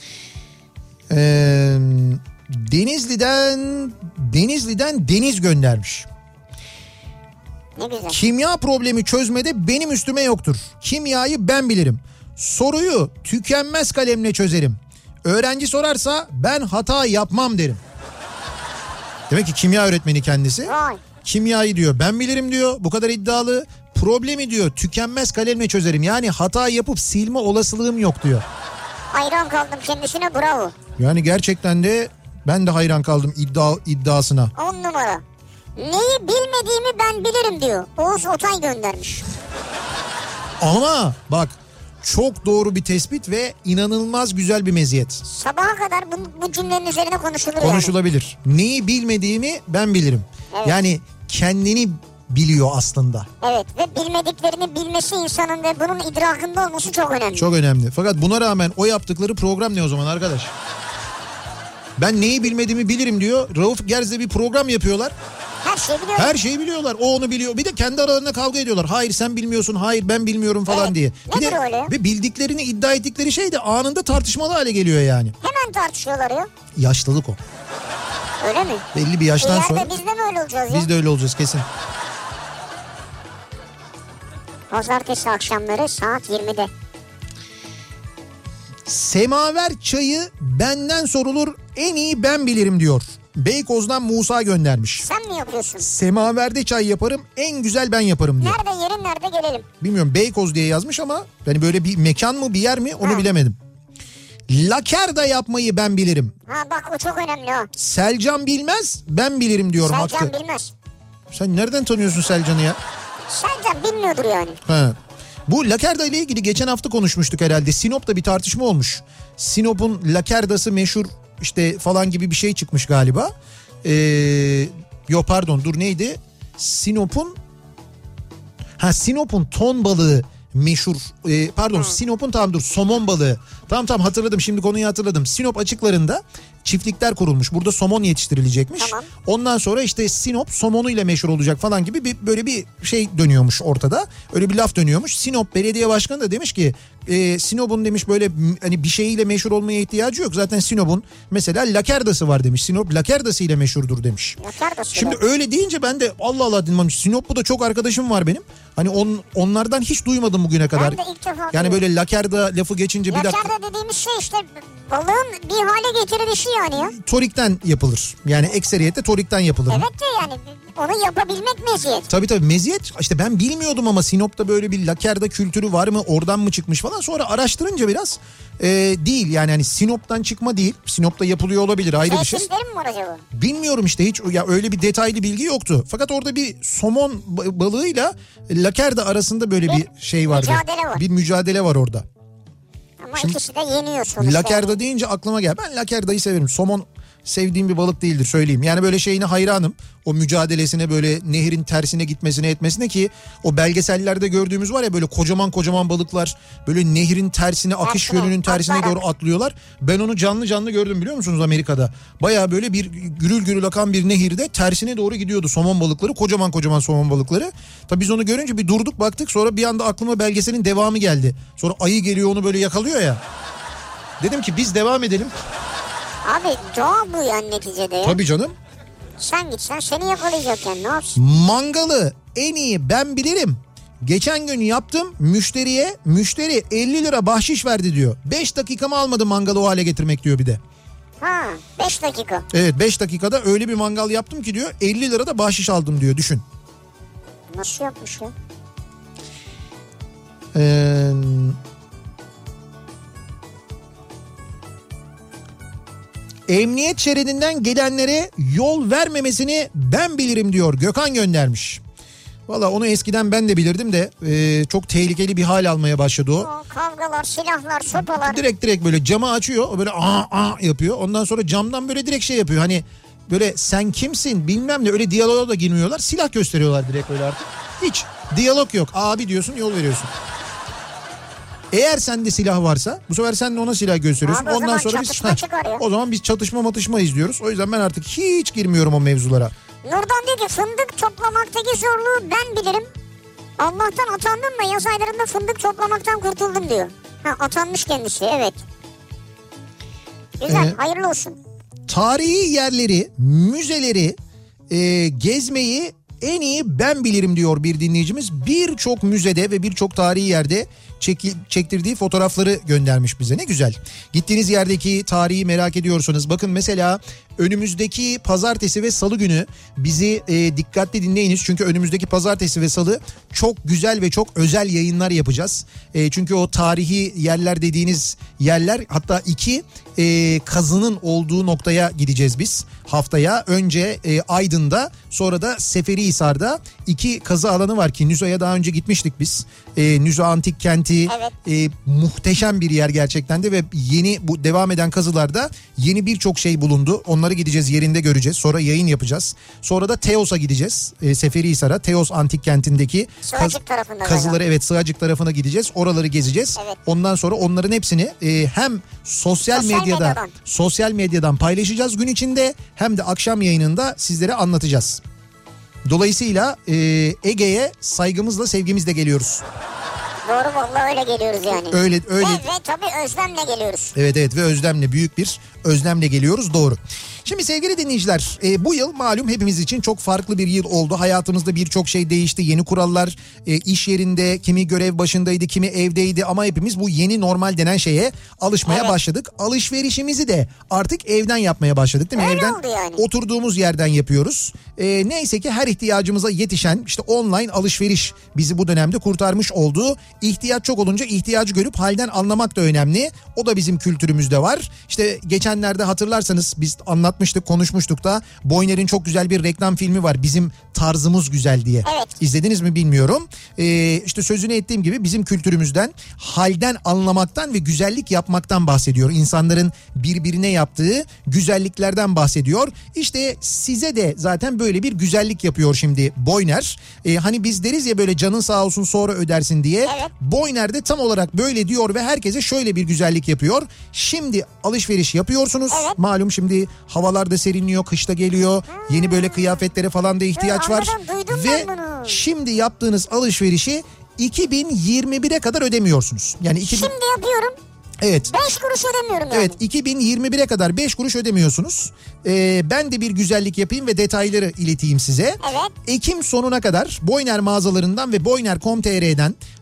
Denizli'den Deniz göndermiş. Ne güzel. Kimya problemi çözmede benim üstüme yoktur. Kimyayı ben bilirim. Soruyu tükenmez kalemle çözerim. Öğrenci sorarsa ben hata yapmam derim. Demek ki kimya öğretmeni kendisi. Vay. Kimyayı diyor ben bilirim diyor, bu kadar iddialı. Problemi diyor tükenmez kalemle çözerim. Yani hata yapıp silme olasılığım yok diyor. Hayran kaldım kendisine, bravo. Yani gerçekten de ben de hayran kaldım iddiasına. 10 numara. Neyi bilmediğimi ben bilirim diyor. Oğuz Otay göndermiş. Ama bak, çok doğru bir tespit ve inanılmaz güzel bir meziyet. Sabaha kadar bu cümlenin üzerine konuşulabilir. Yani. Neyi bilmediğimi ben bilirim. Evet. Yani kendini biliyor aslında. Evet, ve bilmediklerini bilmesi insanın ve bunun idrakında olması çok önemli. Çok önemli. Fakat buna rağmen o yaptıkları program ne o zaman arkadaş? Ben neyi bilmediğimi bilirim diyor. Rauf Gerz'le bir program yapıyorlar. Her şeyi biliyorlar. Her şeyi biliyorlar. O onu biliyor. Bir de kendi aralarında kavga ediyorlar. Hayır sen bilmiyorsun, hayır ben bilmiyorum falan evet. diye. Bir nedir de, öyle? Ve bildiklerini iddia ettikleri şey de anında tartışmalı hale geliyor yani. Hemen tartışıyorlar ya. Yaşlılık o. Öyle mi? Belli bir yaştan sonra. İleride biz de mi öyle olacağız ya? Biz de öyle olacağız kesin. Pazartesi akşamları saat 20'de. Semaver çayı benden sorulur, en iyi ben bilirim diyor. Beykoz'dan Musa göndermiş. Sen mi yapıyorsun? Semaverde çay yaparım, en güzel ben yaparım diyor. Nerede yerin, nerede gelelim? Bilmiyorum, Beykoz diye yazmış ama yani böyle bir mekan mı bir yer mi onu bilemedim. Lakerda yapmayı ben bilirim. Ha bak, o çok önemli o. Selcan bilmez, ben bilirim diyor Hakkı. Selcan bilmez. Sen nereden tanıyorsun Selcan'ı ya? Selcan bilmiyordur yani. Ha. Bu lakerda ile ilgili geçen hafta konuşmuştuk herhalde. Sinop'ta bir tartışma olmuş. Sinop'un lakerdası meşhur işte falan gibi bir şey çıkmış galiba. Yok pardon, dur neydi? Sinop'un ton balığı meşhur. Sinop'un somon balığı. Tamam hatırladım, şimdi konuyu hatırladım. Sinop açıklarında çiftlikler kurulmuş. Burada somon yetiştirilecekmiş. Tamam. Ondan sonra işte Sinop somonuyla meşhur olacak falan gibi böyle bir şey dönüyormuş ortada. Öyle bir laf dönüyormuş. Sinop Belediye Başkanı da demiş ki Sinop'un demiş böyle hani bir şeyiyle meşhur olmaya ihtiyacı yok. Zaten Sinop'un mesela lakerdası var demiş. Sinop lakerdası ile meşhurdur demiş. Lakerdası. Şimdi öyle deyince ben de Allah Allah dedim. Sinop'ta da çok arkadaşım var benim. Hani onlardan hiç duymadım bugüne kadar. Ben de ilk defa yani böyle lakerda lafı geçince bir dakika. Lakerda dediğimiz şey işte balığın bir hale getirilişi yani ya. Torikten yapılır. Yani ekseriyette torikten yapılır. Evet de yani onu yapabilmek meziyet. Tabii meziyet. İşte ben bilmiyordum ama Sinop'ta böyle bir lakerda kültürü var mı, oradan mı çıkmış falan. Sonra araştırınca biraz değil yani hani Sinop'tan çıkma değil. Sinop'ta yapılıyor olabilir, ayrı bir şey. Tesisleri mi var acaba? Bilmiyorum işte, hiç ya öyle bir detaylı bilgi yoktu. Fakat orada bir somon balığıyla lakerda arasında böyle bir şey vardı. Mücadele var. Bir mücadele var orada. Ama ikisi de yeniyor sonuçta. Lakerda deyince aklıma gel. Ben lakerdayı severim. Somon sevdiğim bir balık değildir, söyleyeyim. Yani böyle şeyine hayranım. O mücadelesine, böyle nehrin tersine gitmesine etmesine, ki o belgesellerde gördüğümüz var ya, böyle kocaman kocaman balıklar böyle nehrin tersine, akış gölünün tersine doğru atlıyorlar. Ben onu canlı canlı gördüm, biliyor musunuz, Amerika'da. Baya böyle bir gürül gürül akan bir nehirde tersine doğru gidiyordu somon balıkları, kocaman kocaman somon balıkları. Tabii biz onu görünce bir durduk baktık, sonra bir anda aklıma belgeselin devamı geldi. Sonra ayı geliyor onu böyle yakalıyor ya. Dedim ki biz devam edelim. Abi doğa bu yani neticede ya. Tabii canım. Sen gitsen seni yakalayacakken ne yapsın? Mangalı en iyi ben bilirim. Geçen gün yaptım, müşteri 50 lira bahşiş verdi diyor. 5 dakikamı almadı mangalı o hale getirmek diyor bir de. Ha 5 dakika. Evet, 5 dakikada öyle bir mangal yaptım ki diyor, 50 lira da bahşiş aldım diyor, düşün. Nasıl yapmış ya? Emniyet şeridinden gelenlere yol vermemesini ben bilirim diyor, Gökhan göndermiş. Valla onu eskiden ben de bilirdim de çok tehlikeli bir hal almaya başladı o. O kavgalar, silahlar, sopalar. Direkt böyle camı açıyor, o böyle aa yapıyor. Ondan sonra camdan böyle direkt şey yapıyor, hani böyle sen kimsin bilmem ne, öyle diyaloğa da girmiyorlar. Silah gösteriyorlar direkt öyle artık. Hiç diyalog yok, abi diyorsun, yol veriyorsun. Eğer sende silah varsa bu sefer sen de ona silah gösteriyorsun. Abi, ondan sonra biz o zaman biz çatışma izliyoruz. O yüzden ben artık hiç girmiyorum o mevzulara. Nurdan diyor ki fındık toplamaktaki zorluğu ben bilirim. Allah'tan atandım da yaz aylarında fındık toplamaktan kurtuldum diyor. Ha, atanmış kendisi, evet. Güzel, hayırlı olsun. Tarihi yerleri, müzeleri gezmeyi en iyi ben bilirim diyor bir dinleyicimiz. Birçok müzede ve birçok tarihi yerde çektirdiği fotoğrafları göndermiş bize. Ne güzel. Gittiğiniz yerdeki tarihi merak ediyorsunuz. Bakın mesela önümüzdeki pazartesi ve salı günü bizi dikkatli dinleyiniz. Çünkü önümüzdeki pazartesi ve salı çok güzel ve çok özel yayınlar yapacağız. Çünkü o tarihi yerler dediğiniz yerler, hatta 2 kazının olduğu noktaya gideceğiz biz haftaya. Önce Aydın'da, sonra da Seferihisar'da 2 kazı alanı var ki Nüza'ya daha önce gitmiştik biz. Nüza Antik Kenti, evet. Muhteşem bir yer gerçekten de ve yeni bu devam eden kazılarda yeni birçok şey bulundu. Onları gideceğiz, yerinde göreceğiz. Sonra yayın yapacağız. Sonra da Teos'a gideceğiz. Seferihisar'a, Teos Antik Kenti'ndeki kazıları, evet, Sığacık tarafına gideceğiz. Oraları gezeceğiz. Evet. Ondan sonra onların hepsini hem sosyal medyadan paylaşacağız gün içinde, hem de akşam yayınında sizlere anlatacağız. Dolayısıyla Ege'ye saygımızla, sevgimizle geliyoruz. Doğru, vallahi öyle geliyoruz yani. Öyle. Ve tabii özlemle geliyoruz. Evet ve özlemle, büyük bir özlemle geliyoruz, doğru. Şimdi sevgili dinleyiciler, bu yıl malum hepimiz için çok farklı bir yıl oldu. Hayatımızda birçok şey değişti. Yeni kurallar, iş yerinde kimi görev başındaydı, kimi evdeydi ama hepimiz bu yeni normal denen şeye alışmaya başladık. Alışverişimizi de artık evden yapmaya başladık, değil mi? Öyle evden oldu yani. Oturduğumuz yerden yapıyoruz. Neyse ki her ihtiyacımıza yetişen işte online alışveriş bizi bu dönemde kurtarmış oldu. İhtiyaç çok olunca ihtiyacı görüp halden anlamak da önemli. O da bizim kültürümüzde var. İşte geçenlerde hatırlarsanız biz anlatmıştık, konuşmuştuk da Boyner'in çok güzel bir reklam filmi var. Bizim tarzımız güzel diye. Evet. İzlediniz mi bilmiyorum. İşte sözünü ettiğim gibi bizim kültürümüzden, halden anlamaktan ve güzellik yapmaktan bahsediyor. İnsanların birbirine yaptığı güzelliklerden bahsediyor. İşte size de zaten böyle bir güzellik yapıyor şimdi Boyner. Hani biz deriz ya böyle canın sağ olsun sonra ödersin diye. Evet. Boyner de tam olarak böyle diyor ve herkese şöyle bir güzellik yapıyor. Şimdi alışveriş yapıyorsunuz. Evet. Malum şimdi havalar da serinliyor, kışta geliyor. Yeni böyle kıyafetlere falan da ihtiyaç var. Ve şimdi yaptığınız alışverişi 2021'e kadar ödemiyorsunuz. Yani şimdi yapıyorum. Evet. 5 kuruş ödemiyorum yani. Evet, 2021'e kadar 5 kuruş ödemiyorsunuz. Ben de bir güzellik yapayım ve detayları ileteyim size. Evet. Ekim sonuna kadar Boyner mağazalarından ve Boyner.com.tr'den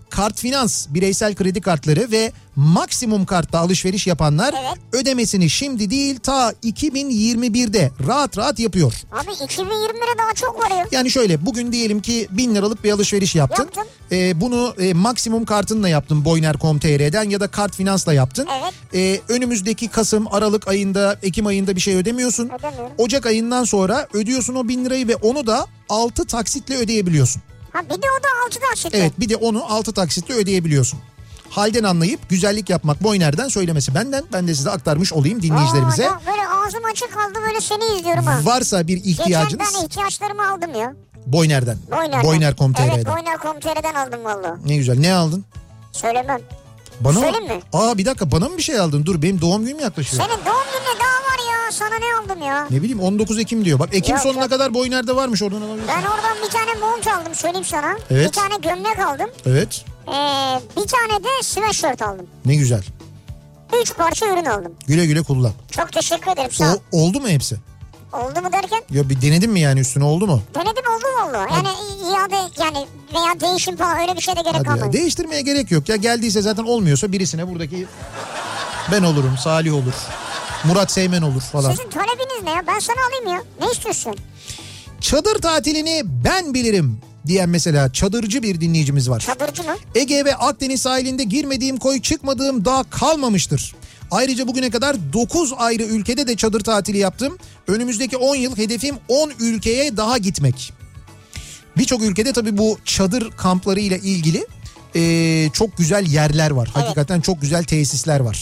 Kart Finans bireysel kredi kartları ve Maksimum Kart'ta alışveriş yapanlar ödemesini şimdi değil ta 2021'de rahat rahat yapıyor. Abi 2021'e daha çok var ya. Yani şöyle, bugün diyelim ki 1000 liralık bir alışveriş yaptın. Bunu Maksimum Kart'ınla yaptın Boyner.com.tr'den ya da Kart Finans'la yaptın. Evet. Önümüzdeki Kasım, Aralık ayında, Ekim ayında bir şey ödemiyorsun. Ödemiyorum. Ocak ayından sonra ödüyorsun o 1000 lirayı ve onu da 6 taksitle ödeyebiliyorsun. Ha bir de o da 6 taksitle. Evet, bir de onu 6 taksitle ödeyebiliyorsun. Halden anlayıp güzellik yapmak Boyner'den söylemesi benden. Ben de size aktarmış olayım dinleyicilerimize. Böyle ağzım açık kaldı, böyle seni izliyorum ha. Varsa bir ihtiyacınız. Geçen ben ihtiyaçlarımı aldım ya. Boyner'den. Boyner.com.tr'den. Evet, Boyner.com.tr'den aldım valla. Ne güzel. Ne aldın? Söylemem. Bana Söyleyeyim mi? Bir dakika, bana mı bir şey aldın? Dur, benim doğum günüm yaklaşıyor. Senin doğum gününe daha var ya. Sana ne aldım ya? Ne bileyim, 19 Ekim diyor. Bak Ekim Yok, sonuna yok. kadar Boyner'de varmış, oradan alabilirsin. Ben oradan bir tane mont aldım, söyleyeyim sana. Evet. Bir tane gömlek aldım. Evet. Bir tane de sweatshirt aldım. Ne güzel. 3 parça ürün aldım. Güle güle kullan. Çok teşekkür ederim, sağ ol. Oldu mu hepsi? Oldu mu derken? Ya bir denedin mi yani, üstüne oldu mu? Denedim, oldu valla. Yani iade yani veya değişim falan öyle bir şeye de gerek Hadi kalmadı. ya, değiştirmeye gerek yok. Ya geldiyse zaten, olmuyorsa birisine buradaki ben olurum, Salih olur, Murat Seymen olur falan. Sizin talebiniz ne ya? Ben sana alayım ya. Ne istiyorsun? Çadır tatilini ben bilirim diyen mesela çadırcı bir dinleyicimiz var. Çadırcı mı? Ege ve Akdeniz sahilinde girmediğim koy, çıkmadığım dağ kalmamıştır. Ayrıca bugüne kadar 9 ayrı ülkede de çadır tatili yaptım. Önümüzdeki 10 yıl hedefim 10 ülkeye daha gitmek. Birçok ülkede tabii bu çadır kampları ile ilgili çok güzel yerler var. Evet. Hakikaten çok güzel tesisler var.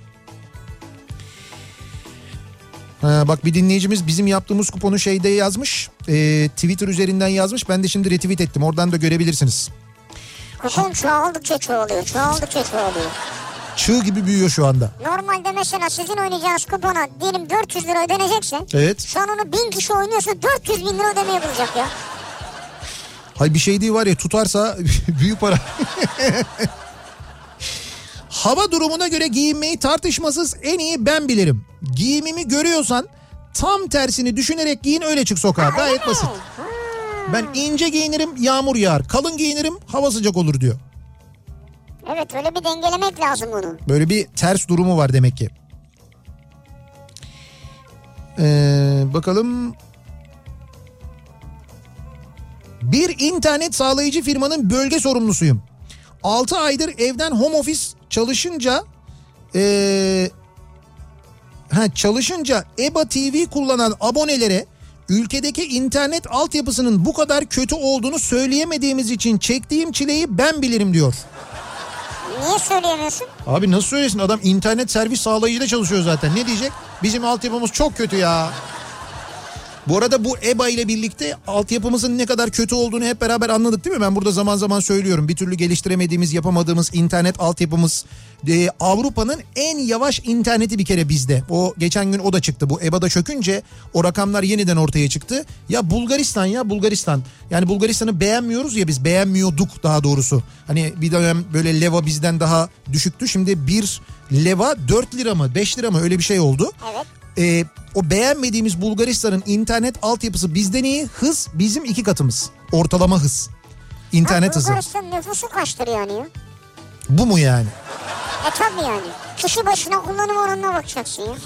Bak, bir dinleyicimiz bizim yaptığımız kuponu şeyde yazmış. Twitter üzerinden yazmış. Ben de şimdi retweet ettim. Oradan da görebilirsiniz. Kupon çoğaldıkça çoğalıyor. Çoğaldıkça çoğalıyor. Çığ gibi büyüyor şu anda. Normalde mesela sizin oynayacağınız kupona diyelim 400 lira ödenecekse. Evet. Şu an onu 1000 kişi oynuyorsa 400 bin lira ödeme yapılacak ya. Hay bir şey değil var ya, tutarsa büyük para. Hava durumuna göre giyinmeyi tartışmasız en iyi ben bilirim. Giyimimi görüyorsan tam tersini düşünerek giyin, öyle çık sokağa. Gayet basit. Ben ince giyinirim, yağmur yağar. Kalın giyinirim, hava sıcak olur diyor. Evet, öyle bir dengelemek lazım bunu. Böyle bir ters durumu var demek ki. Bakalım. Bir internet sağlayıcı firmanın bölge sorumlusuyum. 6 aydır evden home office çalışınca EBA TV kullanan abonelere ülkedeki internet altyapısının bu kadar kötü olduğunu söyleyemediğimiz için çektiğim çileyi ben bilirim diyor. Niye söyleyemiyorsun? Abi nasıl söylesin, adam internet servis sağlayıcıda çalışıyor zaten, ne diyecek? Bizim altyapımız çok kötü ya. Bu arada bu EBA ile birlikte altyapımızın ne kadar kötü olduğunu hep beraber anladık değil mi? Ben burada zaman zaman söylüyorum. Bir türlü geliştiremediğimiz, yapamadığımız internet altyapımız. Avrupa'nın en yavaş interneti bir kere bizde. O geçen gün o da çıktı. Bu EBA'da çökünce o rakamlar yeniden ortaya çıktı. Ya Bulgaristan. Yani Bulgaristan'ı beğenmiyoruz ya biz. Beğenmiyorduk daha doğrusu. Hani bir dönem böyle leva bizden daha düşüktü. Şimdi bir leva 4 lira mı 5 lira mı öyle bir şey oldu. Evet. O beğenmediğimiz Bulgaristan'ın internet altyapısı bizden iyi, hız bizim 2 katımız. Ortalama hız. İnternet hızı. Bulgaristan nüfusu kaçtır yani ya? Bu mu yani? Tabii yani. Kişi başına kullanım oranına bakacaksın ya.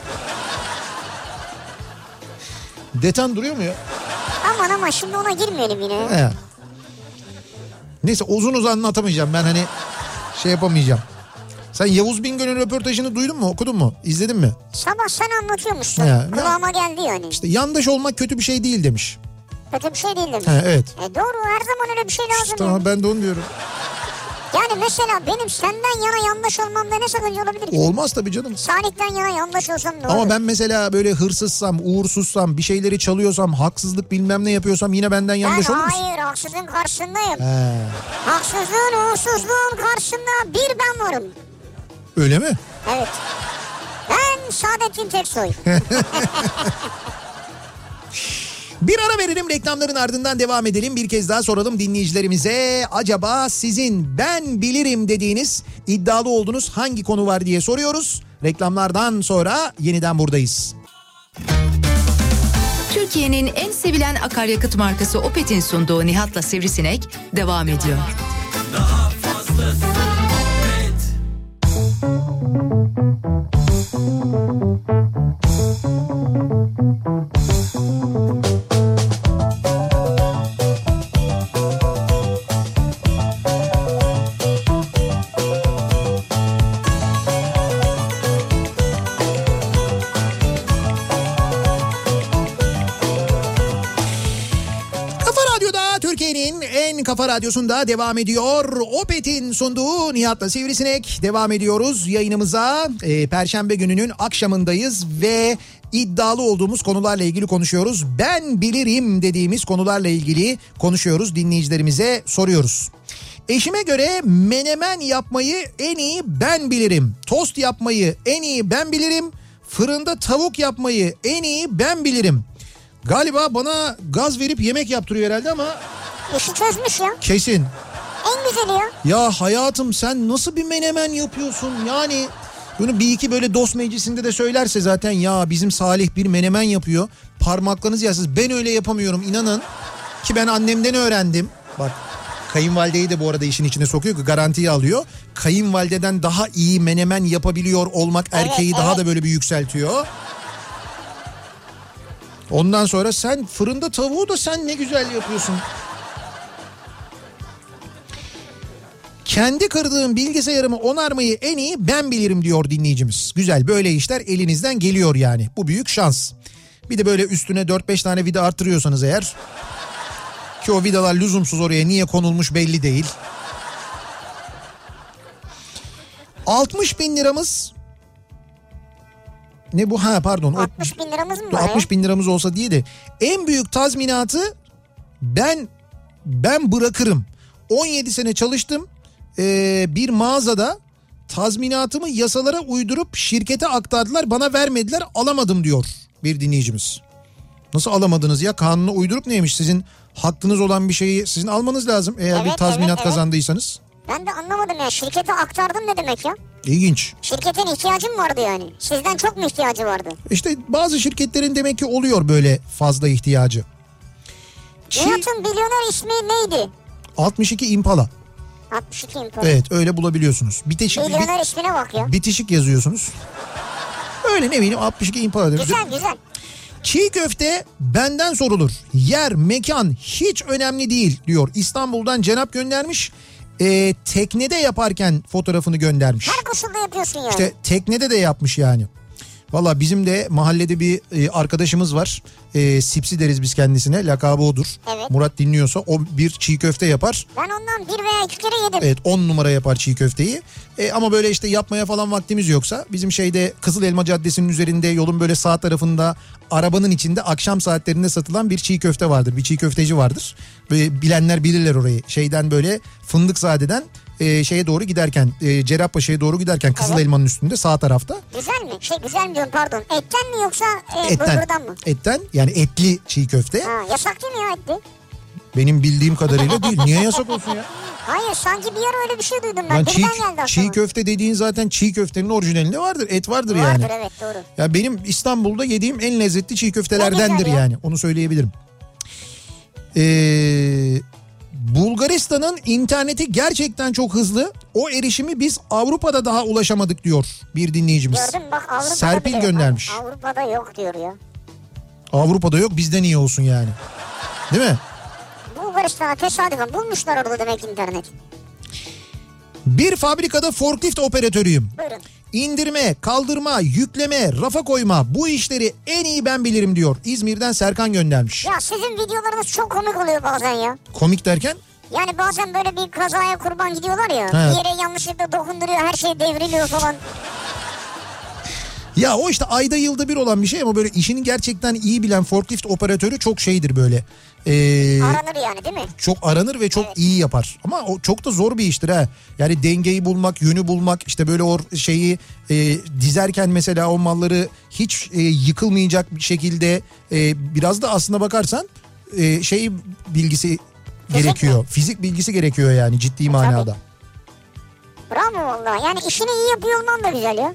Detan duruyor mu ya? Aman şimdi ona girmeyelim yine. He. Neyse, uzun anlatamayacağım ben, hani şey yapamayacağım. Sen Yavuz Bingöl'ün röportajını duydun mu, okudun mu, izledin mi? Sabah sen anlatıyormuşsun. He, kulağıma geldi yani. İşte yandaş olmak kötü bir şey değil demiş. Kötü bir şey değil demiş. He, evet. Doğru, her zaman öyle bir şey lazım. Tamam, yani. ben de onu diyorum. Yani mesela benim senden yana yandaş olmamda ne sakınca olabilir ki? Olmaz tabii canım. Salih'ten yana yandaş olsam ne olur? Ama ben mesela böyle hırsızsam, uğursuzsam, bir şeyleri çalıyorsam, haksızlık bilmem ne yapıyorsam yine benden yandaş olur musun? Hayır, haksızlığın karşısındayım. He. Haksızlığın, uğursuzluğun karşısında bir ben varım. Öyle mi? Evet. Ben Saadettin Teksoy. Bir ara verelim, reklamların ardından devam edelim. Bir kez daha soralım dinleyicilerimize. Acaba sizin ben bilirim dediğiniz, iddialı olduğunuz hangi konu var diye soruyoruz. Reklamlardan sonra yeniden buradayız. Türkiye'nin en sevilen akaryakıt markası Opet'in sunduğu Nihat'la Sivrisinek devam ediyor. Daha Kafa Radyosu'nda devam ediyor. Opet'in sunduğu Nihat'la Sivrisinek devam ediyoruz yayınımıza. Perşembe gününün akşamındayız ve iddialı olduğumuz konularla ilgili konuşuyoruz. Ben bilirim dediğimiz konularla ilgili konuşuyoruz, dinleyicilerimize soruyoruz. Eşime göre menemen yapmayı en iyi ben bilirim. Tost yapmayı en iyi ben bilirim. Fırında tavuk yapmayı en iyi ben bilirim. Galiba bana gaz verip yemek yaptırıyor herhalde ama... İşi çözmüş ya. Kesin. En güzeli ya. Ya hayatım sen nasıl bir menemen yapıyorsun? Yani bunu bir iki böyle dost meclisinde de söylerse zaten ya bizim Salih bir menemen yapıyor. Parmaklarınız yarsız. Ben öyle yapamıyorum inanın. Ki ben annemden öğrendim. Bak kayınvalideyi de bu arada işin içine sokuyor ki garantiye alıyor. Kayınvalideden daha iyi menemen yapabiliyor olmak erkeği daha da böyle bir yükseltiyor. Ondan sonra sen fırında tavuğu da sen ne güzel yapıyorsun. Kendi kırdığım bilgisayarımı onarmayı en iyi ben bilirim diyor dinleyicimiz. Güzel, böyle işler elinizden geliyor yani. Bu büyük şans. Bir de böyle üstüne 4-5 tane vida arttırıyorsanız eğer... Ki o vidalar lüzumsuz, oraya niye konulmuş belli değil. 60 bin liramız... Ne bu? Ha pardon. 60 bin liramız mı var 60 bin liramız olsa diye de en büyük tazminatı ben bırakırım. 17 sene çalıştım. Bir mağazada tazminatımı yasalara uydurup şirkete aktardılar, bana vermediler, alamadım diyor bir dinleyicimiz. Nasıl alamadınız ya? Kanuna uydurup neymiş? Sizin hakkınız olan bir şeyi sizin almanız lazım eğer bir tazminat kazandıysanız. Ben de anlamadım ya, şirkete aktardım ne demek ya? İlginç. Şirketin ihtiyacım vardı yani. Sizden çok mu ihtiyacı vardı? İşte bazı şirketlerin demek ki oluyor böyle fazla ihtiyacı. Nihat'ın milyoner ismi neydi? 62 Impala. 62 Impala. Evet, öyle bulabiliyorsunuz. Milyoner ismine bak ya. Bitişik yazıyorsunuz. Öyle ne bileyim 62 Impala. Güzel güzel. Çiğ köfte benden sorulur. Yer, mekan hiç önemli değil diyor. İstanbul'dan Cenap göndermiş. Teknede yaparken fotoğrafını göndermiş. Her koşulda yapıyorsun yani. İşte teknede de yapmış yani. Valla bizim de mahallede bir arkadaşımız var. Sipsi deriz biz kendisine. Lakabı odur. Evet. Murat dinliyorsa o bir çiğ köfte yapar. Ben ondan 1 veya 2 kere yedim. Evet, 10 numara yapar çiğ köfteyi. Ama böyle işte yapmaya falan vaktimiz yoksa bizim şeyde Kızıl Elma Caddesi'nin üzerinde yolun böyle sağ tarafında arabanın içinde akşam saatlerinde satılan bir çiğ köfte vardır. Bir çiğ köfteci vardır. Böyle bilenler bilirler orayı. Şeyden böyle Fındıkzade'den şeye doğru giderken, Cerrahpaşa'ya doğru giderken Kızıl Elma'nın üstünde sağ tarafta. Güzel mi? Güzel mi diyorum, pardon. Etten mi yoksa etten, bulgurdan mı? Etten, yani etli çiğ köfte. Ha, yasak değil mi ya etli? Benim bildiğim kadarıyla değil. Niye yasak olsun ya? Hayır, sanki bir ara öyle bir şey duydum ben. Yani çiğ köfte dediğin zaten çiğ köftenin orijinalinde vardır. Et vardır yani. Vardır, evet, doğru. Ya benim İstanbul'da yediğim en lezzetli çiğ köftelerdendir yani. Onu söyleyebilirim. Bulgaristan'ın interneti gerçekten çok hızlı. O erişimi biz Avrupa'da daha ulaşamadık diyor bir dinleyicimiz. Gördün bak, Avrupa'da Serpil göndermiş. Avrupa'da yok diyor ya. Avrupa'da yok, bizden iyi olsun yani. Değil mi? Bulgaristan'a tesadüfen bulmuşlar orada demek internet. Bir fabrikada forklift operatörüyüm. Buyurun. İndirme, kaldırma, yükleme, rafa koyma, bu işleri en iyi ben bilirim diyor. İzmir'den Serkan göndermiş. Ya sizin videolarınız çok komik oluyor bazen ya. Komik derken? Yani bazen böyle bir kazaya kurban gidiyorlar ya. He. Bir yere yanlışlıkla dokunduruyor, her şey devriliyor falan. Ya o işte ayda yılda bir olan bir şey ama böyle işini gerçekten iyi bilen forklift operatörü çok şeydir böyle. Aranır yani, değil mi? Çok aranır ve çok iyi yapar. Ama o çok da zor bir iştir ha. Yani dengeyi bulmak, yönü bulmak, işte böyle o şeyi dizerken mesela o malları hiç yıkılmayacak bir şekilde biraz da aslına bakarsan şey bilgisi gerekiyor. Fizik bilgisi gerekiyor yani ciddi manada. Bravo vallahi. Yani işini iyi yapıyor olman da güzel ya.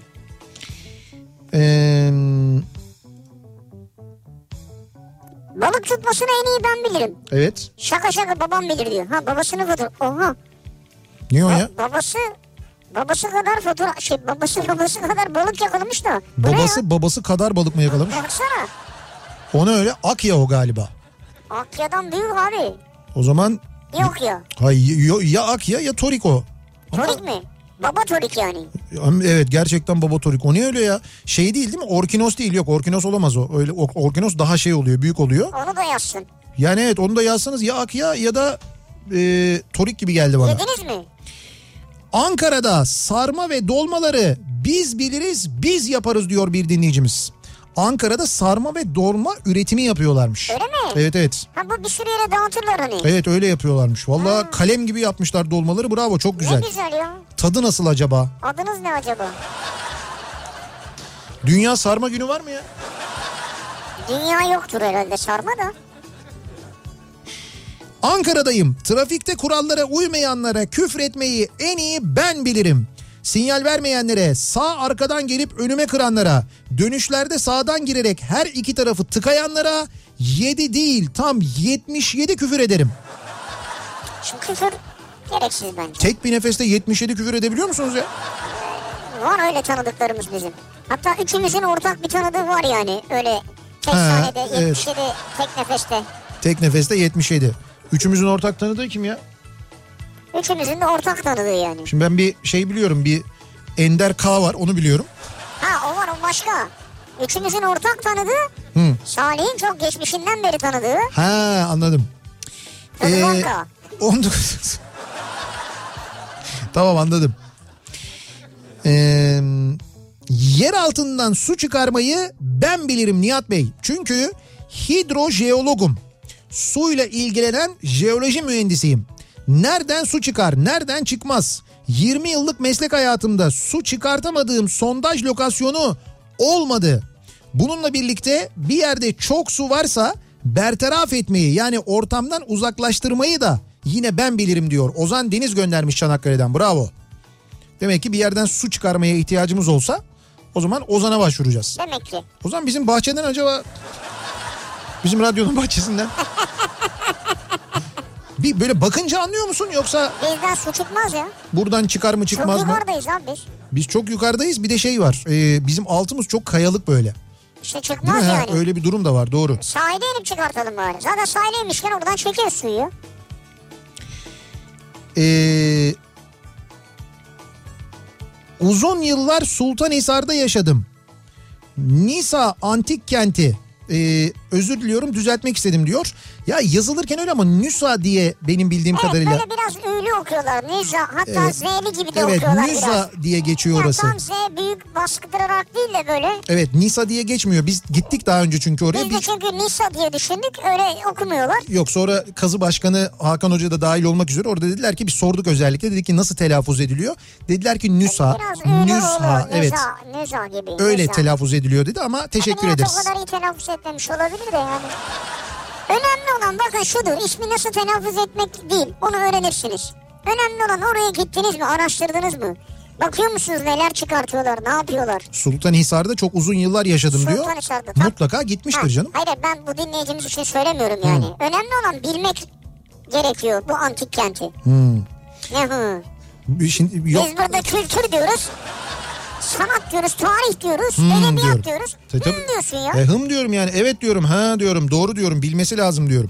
Balık tutmasını en iyi ben bilirim. Evet. Şaka babam bilir diyor. Ha, babasını fotoğraf. Oha. Niye o ya? Babası kadar fotoğraf babası kadar balık yakalamış da. Babası kadar balık mı yakalamış? Baksana. Onu öyle Akya o galiba. Akya'dan büyük abi. O zaman yok ya. Hayır, ya Akya ya Torik o. Torik mi? Baba Torik yani. Evet, gerçekten baba Torik. O ne öyle ya? Şey değil mi? Orkinos değil, yok Orkinos olamaz o. Öyle Orkinos daha şey oluyor, büyük oluyor. Onu da yazsın. Yani evet, onu da yazsanız ya Akya ya da torik gibi geldi bana. Yediniz mi? Ankara'da sarma ve dolmaları biz biliriz, biz yaparız diyor bir dinleyicimiz. Ankara'da sarma ve dolma üretimi yapıyorlarmış. Öyle mi? Evet evet. Ha bu bir sürü yere dağıtırlar hani. Evet öyle yapıyorlarmış. Vallahi kalem gibi yapmışlar dolmaları, bravo, çok güzel. Ne güzel ya. Tadı nasıl acaba? Adınız ne acaba? Dünya Sarma Günü var mı ya? Dünya yoktur herhalde sarma da. Ankara'dayım. Trafikte kurallara uymayanlara küfretmeyi en iyi ben bilirim. Sinyal vermeyenlere, sağ arkadan gelip önüme kıranlara, dönüşlerde sağdan girerek her iki tarafı tıkayanlara 7 değil tam 77 küfür ederim. Şu küfür gereksiz bence. Tek bir nefeste 77 küfür edebiliyor musunuz ya? Var öyle tanıdıklarımız bizim. Hatta üçümüzün ortak bir tanıdığı var yani. Öyle tek saniyede 77 tek nefeste. Tek nefeste 77. Üçümüzün ortak tanıdığı kim ya? Üçümüzün de ortak tanıdığı yani. Şimdi ben bir şey biliyorum, bir Ender K var, onu biliyorum. Ha o var, o başka. Üçümüzün ortak tanıdığı Salih'in çok geçmişinden beri tanıdığı. Ha anladım. Rıdvanka. 19. Tamam anladım. Yer altından su çıkarmayı ben bilirim Nihat Bey. Çünkü hidrojeologum. Suyla ilgilenen jeoloji mühendisiyim. Nereden su çıkar, nereden çıkmaz? 20 yıllık meslek hayatımda su çıkartamadığım sondaj lokasyonu olmadı. Bununla birlikte bir yerde çok su varsa bertaraf etmeyi, yani ortamdan uzaklaştırmayı da yine ben bilirim diyor. Ozan Deniz göndermiş Çanakkale'den, bravo. Demek ki bir yerden su çıkarmaya ihtiyacımız olsa o zaman Ozan'a başvuracağız. Demek ki. Ozan bizim bahçeden acaba, bizim radyonun bahçesinden bir böyle bakınca anlıyor musun, yoksa Bizden su çıkmaz ya. buradan çıkar mı çıkmaz çok mı? Çok yukarıdayız abi biz. Biz çok yukarıdayız, bir de şey var, bizim altımız çok kayalık böyle. İşte Değil çıkmaz mi? yani. Öyle bir durum da var, doğru. Sahile inip çıkartalım bari. Zaten sahile inmişken oradan çekiyoruz suyu. Uzun yıllar Sultanhisar'da yaşadım. Nisa antik kenti. Özür diliyorum, düzeltmek istedim diyor. Ya yazılırken öyle ama Nüsa diye benim bildiğim kadarıyla. Evet böyle biraz ünlü okuyorlar. Nisa, hatta Evet. Z'li gibi de Evet, okuyorlar Nüsa biraz. diye geçiyor orası. Tam Z büyük baskıdırarak değil de böyle. Evet, Nisa diye geçmiyor. Biz gittik daha önce çünkü oraya. Biz de çünkü Nisa diye düşündük, öyle okumuyorlar. Yok, sonra Kazı Başkanı Hakan Hoca da dahil olmak üzere orada dediler ki, biz sorduk özellikle, dedik ki nasıl telaffuz ediliyor? Dediler ki Nüsa, Biraz ünlü Nüsa, oluyor. evet. Nüsa gibi. Öyle Nüsa. telaffuz ediliyor dedi ama teşekkür Nihat ederiz. o kadar iyi telaffuz etmemiş olabilir de yani. Önemli olan bakın şudur, ismi nasıl telaffuz etmek değil, onu öğrenirsiniz. Önemli olan oraya gittiniz mi, araştırdınız mı? Bakıyor musunuz neler çıkartıyorlar, ne yapıyorlar? Sultanhisar'da çok uzun yıllar yaşadım diyor. Sultanhisar'da, tabii. Mutlaka gitmiştir canım. Hayır, ben bu dinleyicimiz için söylemiyorum yani. Önemli olan bilmek gerekiyor bu antik kenti. Ne hı? Şimdi, yok. Biz burada kültür diyoruz. Sanat diyoruz, tarih diyoruz, diyorum. edebiyat diyoruz. Tabii. Diyorsun ya. Hım diyorum yani, evet diyorum, ha diyorum, doğru diyorum, bilmesi lazım diyorum.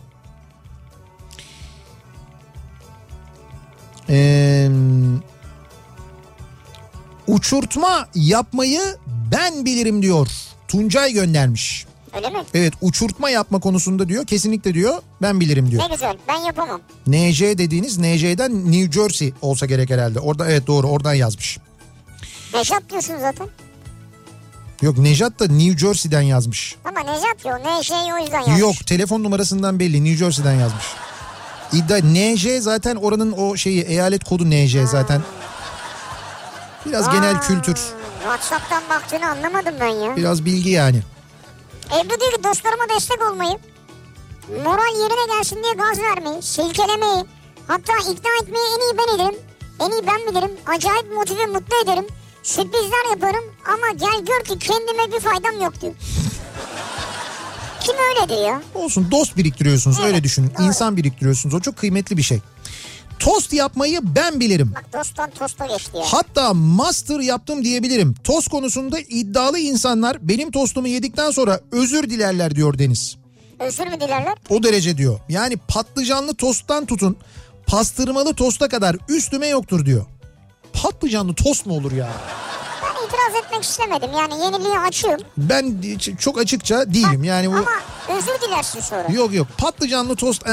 Uçurtma yapmayı ben bilirim diyor. Tuncay göndermiş. Öyle mi? Evet, uçurtma yapma konusunda diyor, kesinlikle diyor ben bilirim diyor. Ne güzel, ben yapamam. NJ dediğiniz, NJ'den New Jersey olsa gerek herhalde. Orada, evet doğru, oradan yazmış. Nejat diyorsun zaten. Yok, Nejat da New Jersey'den yazmış. Ama Nejat yok. NJ'yi o yüzden yazmış. Yok, telefon numarasından belli, New Jersey'den yazmış. İddia NJ zaten oranın o şeyi, eyalet kodu NJ zaten. Biraz genel kültür. WhatsApp'tan baktığını anlamadım ben ya. Biraz bilgi yani. Ebru diyor ki dostlarıma destek olmayı, moral yerine gelsin diye gaz vermeyi, silkelemeyi, hatta ikna etmeyi en iyi ben ederim. En iyi ben bilirim. Acayip motive, mutlu ederim. Sürprizler yaparım ama gel gör ki kendime bir faydam yok diyor. Kim öyledir ya? Olsun, dost biriktiriyorsunuz, Evet, öyle düşünün. doğru. İnsan biriktiriyorsunuz, o çok kıymetli bir şey. Tost yapmayı ben bilirim. Bak dosttan tosta geçti ya. Hatta master yaptım diyebilirim. Tost konusunda iddialı insanlar benim tostumu yedikten sonra özür dilerler diyor Deniz. Özür mü dilerler? O derece diyor. Yani patlıcanlı tosttan tutun pastırmalı tosta kadar üstüme yoktur diyor. Patlıcanlı tost mu olur ya? Ben itiraz etmek istemedim. Yani yeniliği açığım. Ben çok açıkça değilim. Yani bu... Ama özür dilersin sonra. Yok patlıcanlı tost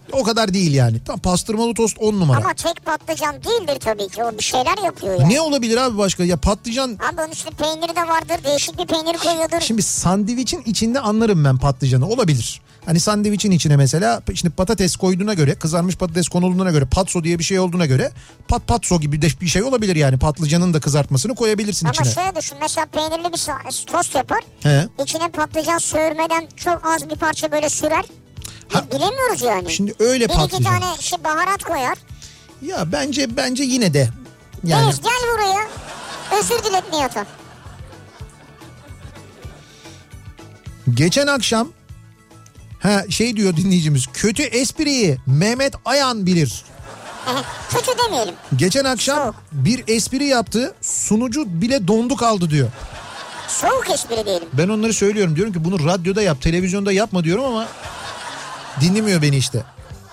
O kadar değil yani. Tam pastırmalı tost 10 numara. Ama tek patlıcan değildir tabii ki. O bir şeyler yapıyor yani. Ne olabilir abi başka? Ya patlıcan... Abi onun işte peyniri de vardır. Değişik bir peynir koyuyordur. Şimdi sandviçin içinde anlarım ben patlıcanı. Olabilir. Hani sandviçin içine mesela şimdi patates koyduğuna göre, kızarmış patates konulduğuna göre, patso diye bir şey olduğuna göre patso gibi de bir şey olabilir yani. Patlıcanın da kızartmasını koyabilirsin ama içine. Ama şöyle düşün, mesela peynirli bir tost yapar. He. İçine patlıcan sövmeden çok az bir parça böyle sürer. Bilemiyoruz yani. Şimdi öyle patlıcan. Bir iki tane işte baharat koyar. Ya bence yine de. Yani... Deniz gel buraya. Özür dilet Nihat'a. Geçen akşam şey diyor dinleyicimiz, kötü espriyi Mehmet Ayan bilir. Kötü demeyelim. Geçen akşam soğuk. Bir espri yaptı, sunucu bile dondu kaldı diyor. Soğuk espri diyelim. Ben onları söylüyorum, diyorum ki bunu radyoda yap, televizyonda yapma diyorum ama dinlemiyor beni işte.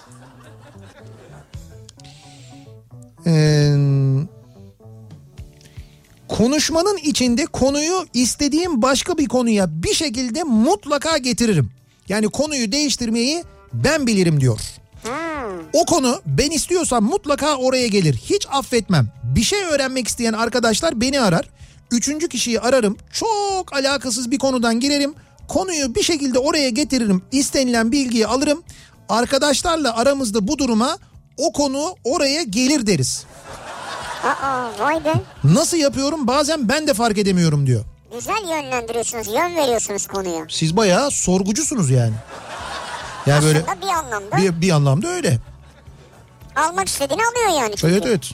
Konuşmanın içinde konuyu istediğim başka bir konuya bir şekilde mutlaka getiririm. Yani konuyu değiştirmeyi ben bilirim diyor. O konu ben istiyorsam mutlaka oraya gelir. Hiç affetmem. Bir şey öğrenmek isteyen arkadaşlar beni arar. Üçüncü kişiyi ararım. Çok alakasız bir konudan girerim. Konuyu bir şekilde oraya getiririm. İstenilen bilgiyi alırım. Arkadaşlarla aramızda bu duruma o konu oraya gelir deriz. Vay be. Nasıl yapıyorum bazen ben de fark edemiyorum diyor. Güzel yönlendiriyorsunuz, yön veriyorsunuz konuya. Siz bayağı sorgucusunuz yani. Yani aslında böyle bir anlamda. Bir anlamda öyle. Almak istediğini alıyor yani çünkü. Evet.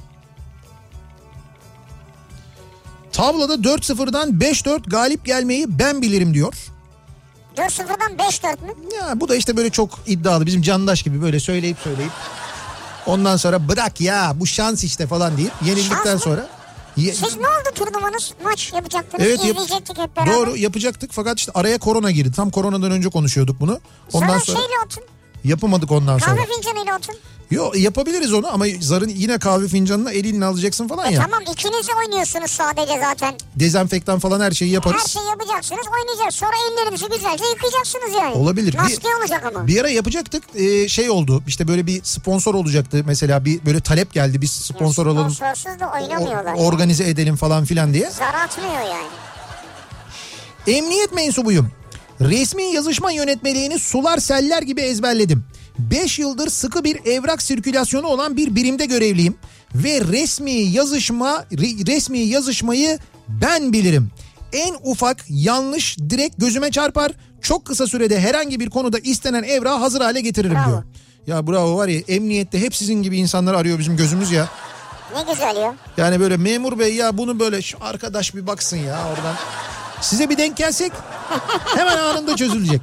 Tabloda 4-0'dan 5-4 galip gelmeyi ben bilirim diyor. 4-0'dan 5-4 mü? Ya bu da işte böyle çok iddialı, bizim Candaş gibi böyle söyleyip ondan sonra bırak ya bu şans işte falan deyip yenildikten sonra. Siz ne oldu turnuvanız? Maç yapacaktınız, evet, izleyecektik hep beraber. Doğru, yapacaktık fakat işte araya korona girdi. Tam koronadan önce konuşuyorduk bunu. Ondan sonra şeyle atın. yapamadık ondan sonra. Kahve fincanıyla atın. Yok, yapabiliriz onu ama zarın yine kahve fincanını elinle alacaksın falan ya. Tamam, ikiniz oynuyorsunuz sadece zaten. Dezenfektan falan her şeyi yaparız. Her şeyi yapacaksınız, oynayacağız. Sonra ellerinizi güzelce yıkayacaksınız yani. Olabilir. Maske olacak ama. Bir ara yapacaktık, şey oldu işte, böyle bir sponsor olacaktı mesela, bir böyle talep geldi, biz sponsor alalım. Sponsorsuz da oynamıyorlar. Organize edelim falan filan diye. Zar atmıyor yani. Emniyet mensubuyum. Resmi yazışma yönetmeliğini sular seller gibi ezberledim. 5 yıldır sıkı bir evrak sirkülasyonu olan bir birimde görevliyim ve resmi yazışmayı ben bilirim. En ufak yanlış direkt gözüme çarpar. Çok kısa sürede herhangi bir konuda istenen evrağı hazır hale getiririm diyor. Ya bravo, var ya, emniyette hep sizin gibi insanlar arıyor bizim gözümüz ya. Ne güzel ya. Yani böyle memur bey ya bunu böyle şu arkadaş bir baksın ya oradan. Size bir denk gelsek hemen anında çözülecek.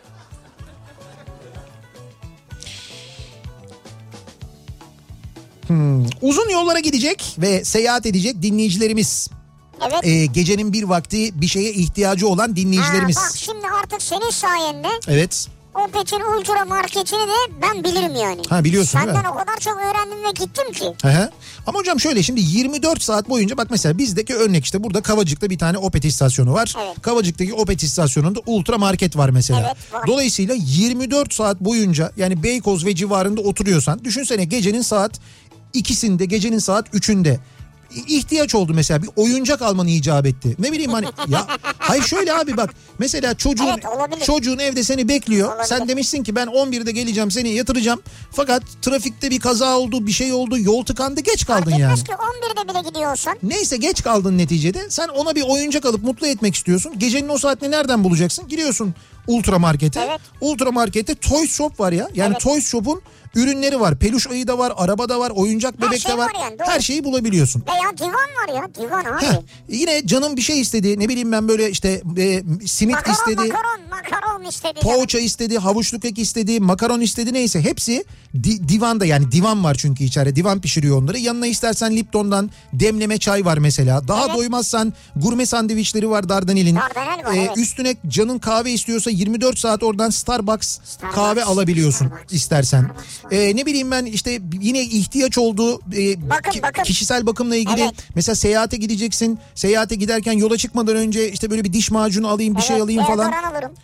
Uzun yollara gidecek ve seyahat edecek dinleyicilerimiz. Evet. Gecenin bir vakti bir şeye ihtiyacı olan dinleyicilerimiz. Bak şimdi artık senin sayende. Evet. Opet'in Ultra Market'ini de ben bilirim yani. Ha, biliyorsun değil mi? Senden o kadar çok öğrendim ve gittim ki. Hı. Ama hocam şöyle, şimdi 24 saat boyunca bak mesela bizdeki örnek, işte burada Kavacık'ta bir tane Opet istasyonu var. Evet. Kavacık'taki Opet istasyonunda Ultra Market var mesela. Evet, var. Dolayısıyla 24 saat boyunca yani Beykoz ve civarında oturuyorsan düşünsene, gecenin saat 2'sinde, gecenin saat 3'ünde ihtiyaç oldu mesela, bir oyuncak almanı icap etti. Ne bileyim hani ya, hayır şöyle abi bak mesela çocuğun evde seni bekliyor. Olabilir. Sen demişsin ki ben 11'de geleceğim, seni yatıracağım. Fakat trafikte bir kaza oldu, bir şey oldu, yol tıkandı, geç kaldın yani. Fark etmez ki 11'de bile gidiyorsan. Neyse, geç kaldın neticede. Sen ona bir oyuncak alıp mutlu etmek istiyorsun. Gecenin o saatini nereden bulacaksın? Giriyorsun Ultra Market'e. Evet. Ultra Market'te Toys Shop var ya. Yani evet. Toys Shop'un ürünleri var. Peluş ayı da var, araba da var, oyuncak bebek de var. Yani, her şeyi bulabiliyorsun. Veya divan var ya, divan abi. Yine canım bir şey istedi. Ne bileyim ben böyle işte simit istedi. Makaron istedi. Poğaça istedi, havuçlu kek istedi, makaron istedi, neyse hepsi divanda, yani divan var çünkü içeride, divan pişiriyor onları. Yanına istersen Lipton'dan demleme çay var mesela. Daha doymazsan gurme sandviçleri var Dardanel'in. Dardanel var, evet. Üstüne canın kahve istiyorsa 24 saat oradan Starbucks kahve alabiliyorsun istersen. Ne bileyim ben işte yine ihtiyaç olduğu bakım. Kişisel bakımla ilgili mesela seyahate gideceksin. Seyahate giderken yola çıkmadan önce işte böyle bir diş macunu alayım, bir şey alayım falan.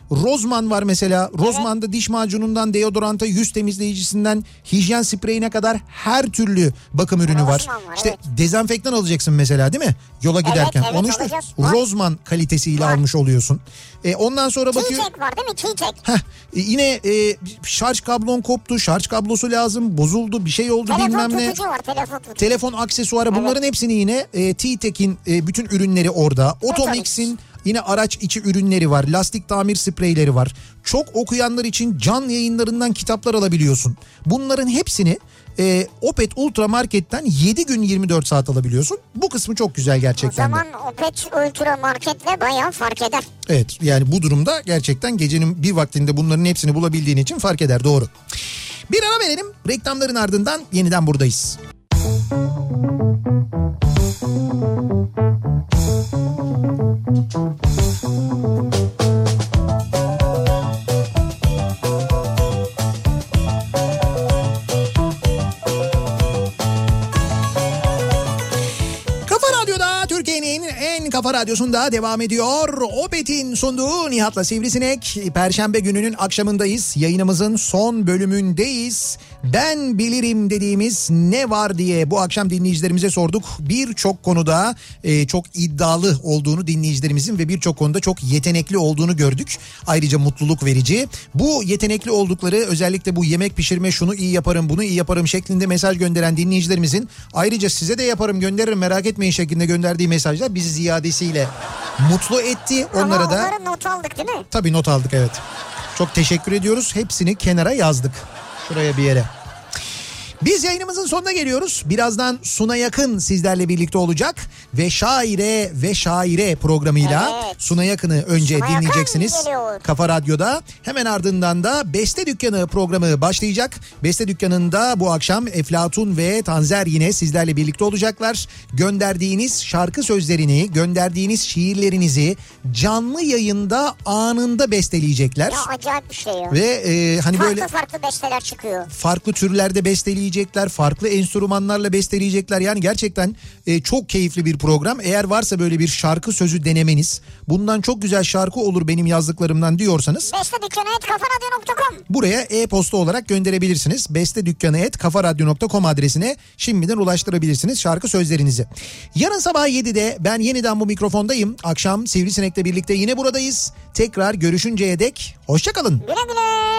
Rozman var mesela. Rozman'da diş macunundan deodoranta, yüz temizleyicisinden hijyen spreyine kadar her türlü bakım ürünü var. Rozman var, İşte evet. dezenfektan alacaksın mesela değil mi? Yola giderken. evet, Onu işte alacağız. Var. Rozman kalitesiyle almış oluyorsun. Ondan sonra bakıyor. T-Tek var değil mi? T-Tek. Yine şarj kablon koptu, şarj kablosu lazım, bozuldu, bir şey oldu Telefon bilmem ne. tutucu var, telefon tutucu. Telefon aksesuarı, bunların hepsini yine T-Tek'in bütün ürünleri orada. Otomix'in yine araç içi ürünleri var. Lastik tamir spreyleri var. Çok okuyanlar için can yayınlarından kitaplar alabiliyorsun. Bunların hepsini Opet Ultra Market'ten 7 gün 24 saat alabiliyorsun. Bu kısmı çok güzel O gerçekten de. zaman Opet Ultra Market'le bayağı fark eder. Evet, yani bu durumda gerçekten gecenin bir vaktinde bunların hepsini bulabildiğin için fark eder, doğru. Bir ara verelim, reklamların ardından yeniden buradayız. Kafa Radyosu'nda devam ediyor. Opet'in sunduğu Nihat'la Sivrisinek. Perşembe gününün akşamındayız. Yayınımızın son bölümündeyiz. Ben bilirim dediğimiz ne var diye bu akşam dinleyicilerimize sorduk. Birçok konuda çok iddialı olduğunu dinleyicilerimizin ve birçok konuda çok yetenekli olduğunu gördük. Ayrıca mutluluk verici. Bu yetenekli oldukları, özellikle bu yemek pişirme, şunu iyi yaparım, bunu iyi yaparım şeklinde mesaj gönderen dinleyicilerimizin, ayrıca size de yaparım, gönderirim, merak etmeyin şeklinde gönderdiği mesajlar bizi ziyadesiyle mutlu etti. Onlara ama da onları not aldık değil mi? tabii not aldık, evet. Çok teşekkür ediyoruz. Hepsini kenara yazdık. Şuraya bir yere. Biz yayınımızın sonuna geliyoruz. Birazdan Suna Yakın sizlerle birlikte olacak ve Şaire programıyla Suna Yakın'ı önce Suna dinleyeceksiniz. Yakın geliyor. Kafa Radyo'da. Hemen ardından da Beste Dükkanı programı başlayacak. Beste Dükkanı'nda bu akşam Eflatun ve Tanzer yine sizlerle birlikte olacaklar. Gönderdiğiniz şarkı sözlerini, gönderdiğiniz şiirlerinizi canlı yayında anında besteleyecekler. Ya acayip bir şey ya. Ve hani böyle Farklı besteler çıkıyor. farklı türlerde besteleyecekler, farklı enstrümanlarla besteleyecekler. Yani gerçekten çok keyifli bir program. Eğer varsa böyle bir şarkı sözü denemeniz, bundan çok güzel şarkı olur benim yazdıklarımdan diyorsanız bestedükkanı@kafaradyo.com buraya e-posta olarak gönderebilirsiniz. bestedükkanı@kafaradyo.com adresine şimdiden ulaştırabilirsiniz şarkı sözlerinizi. Yarın sabah 7'de ben yeniden bu mikrofondayım. Akşam Sivrisinek'le birlikte yine buradayız. Tekrar görüşünceye dek hoşça kalın. Güle güle.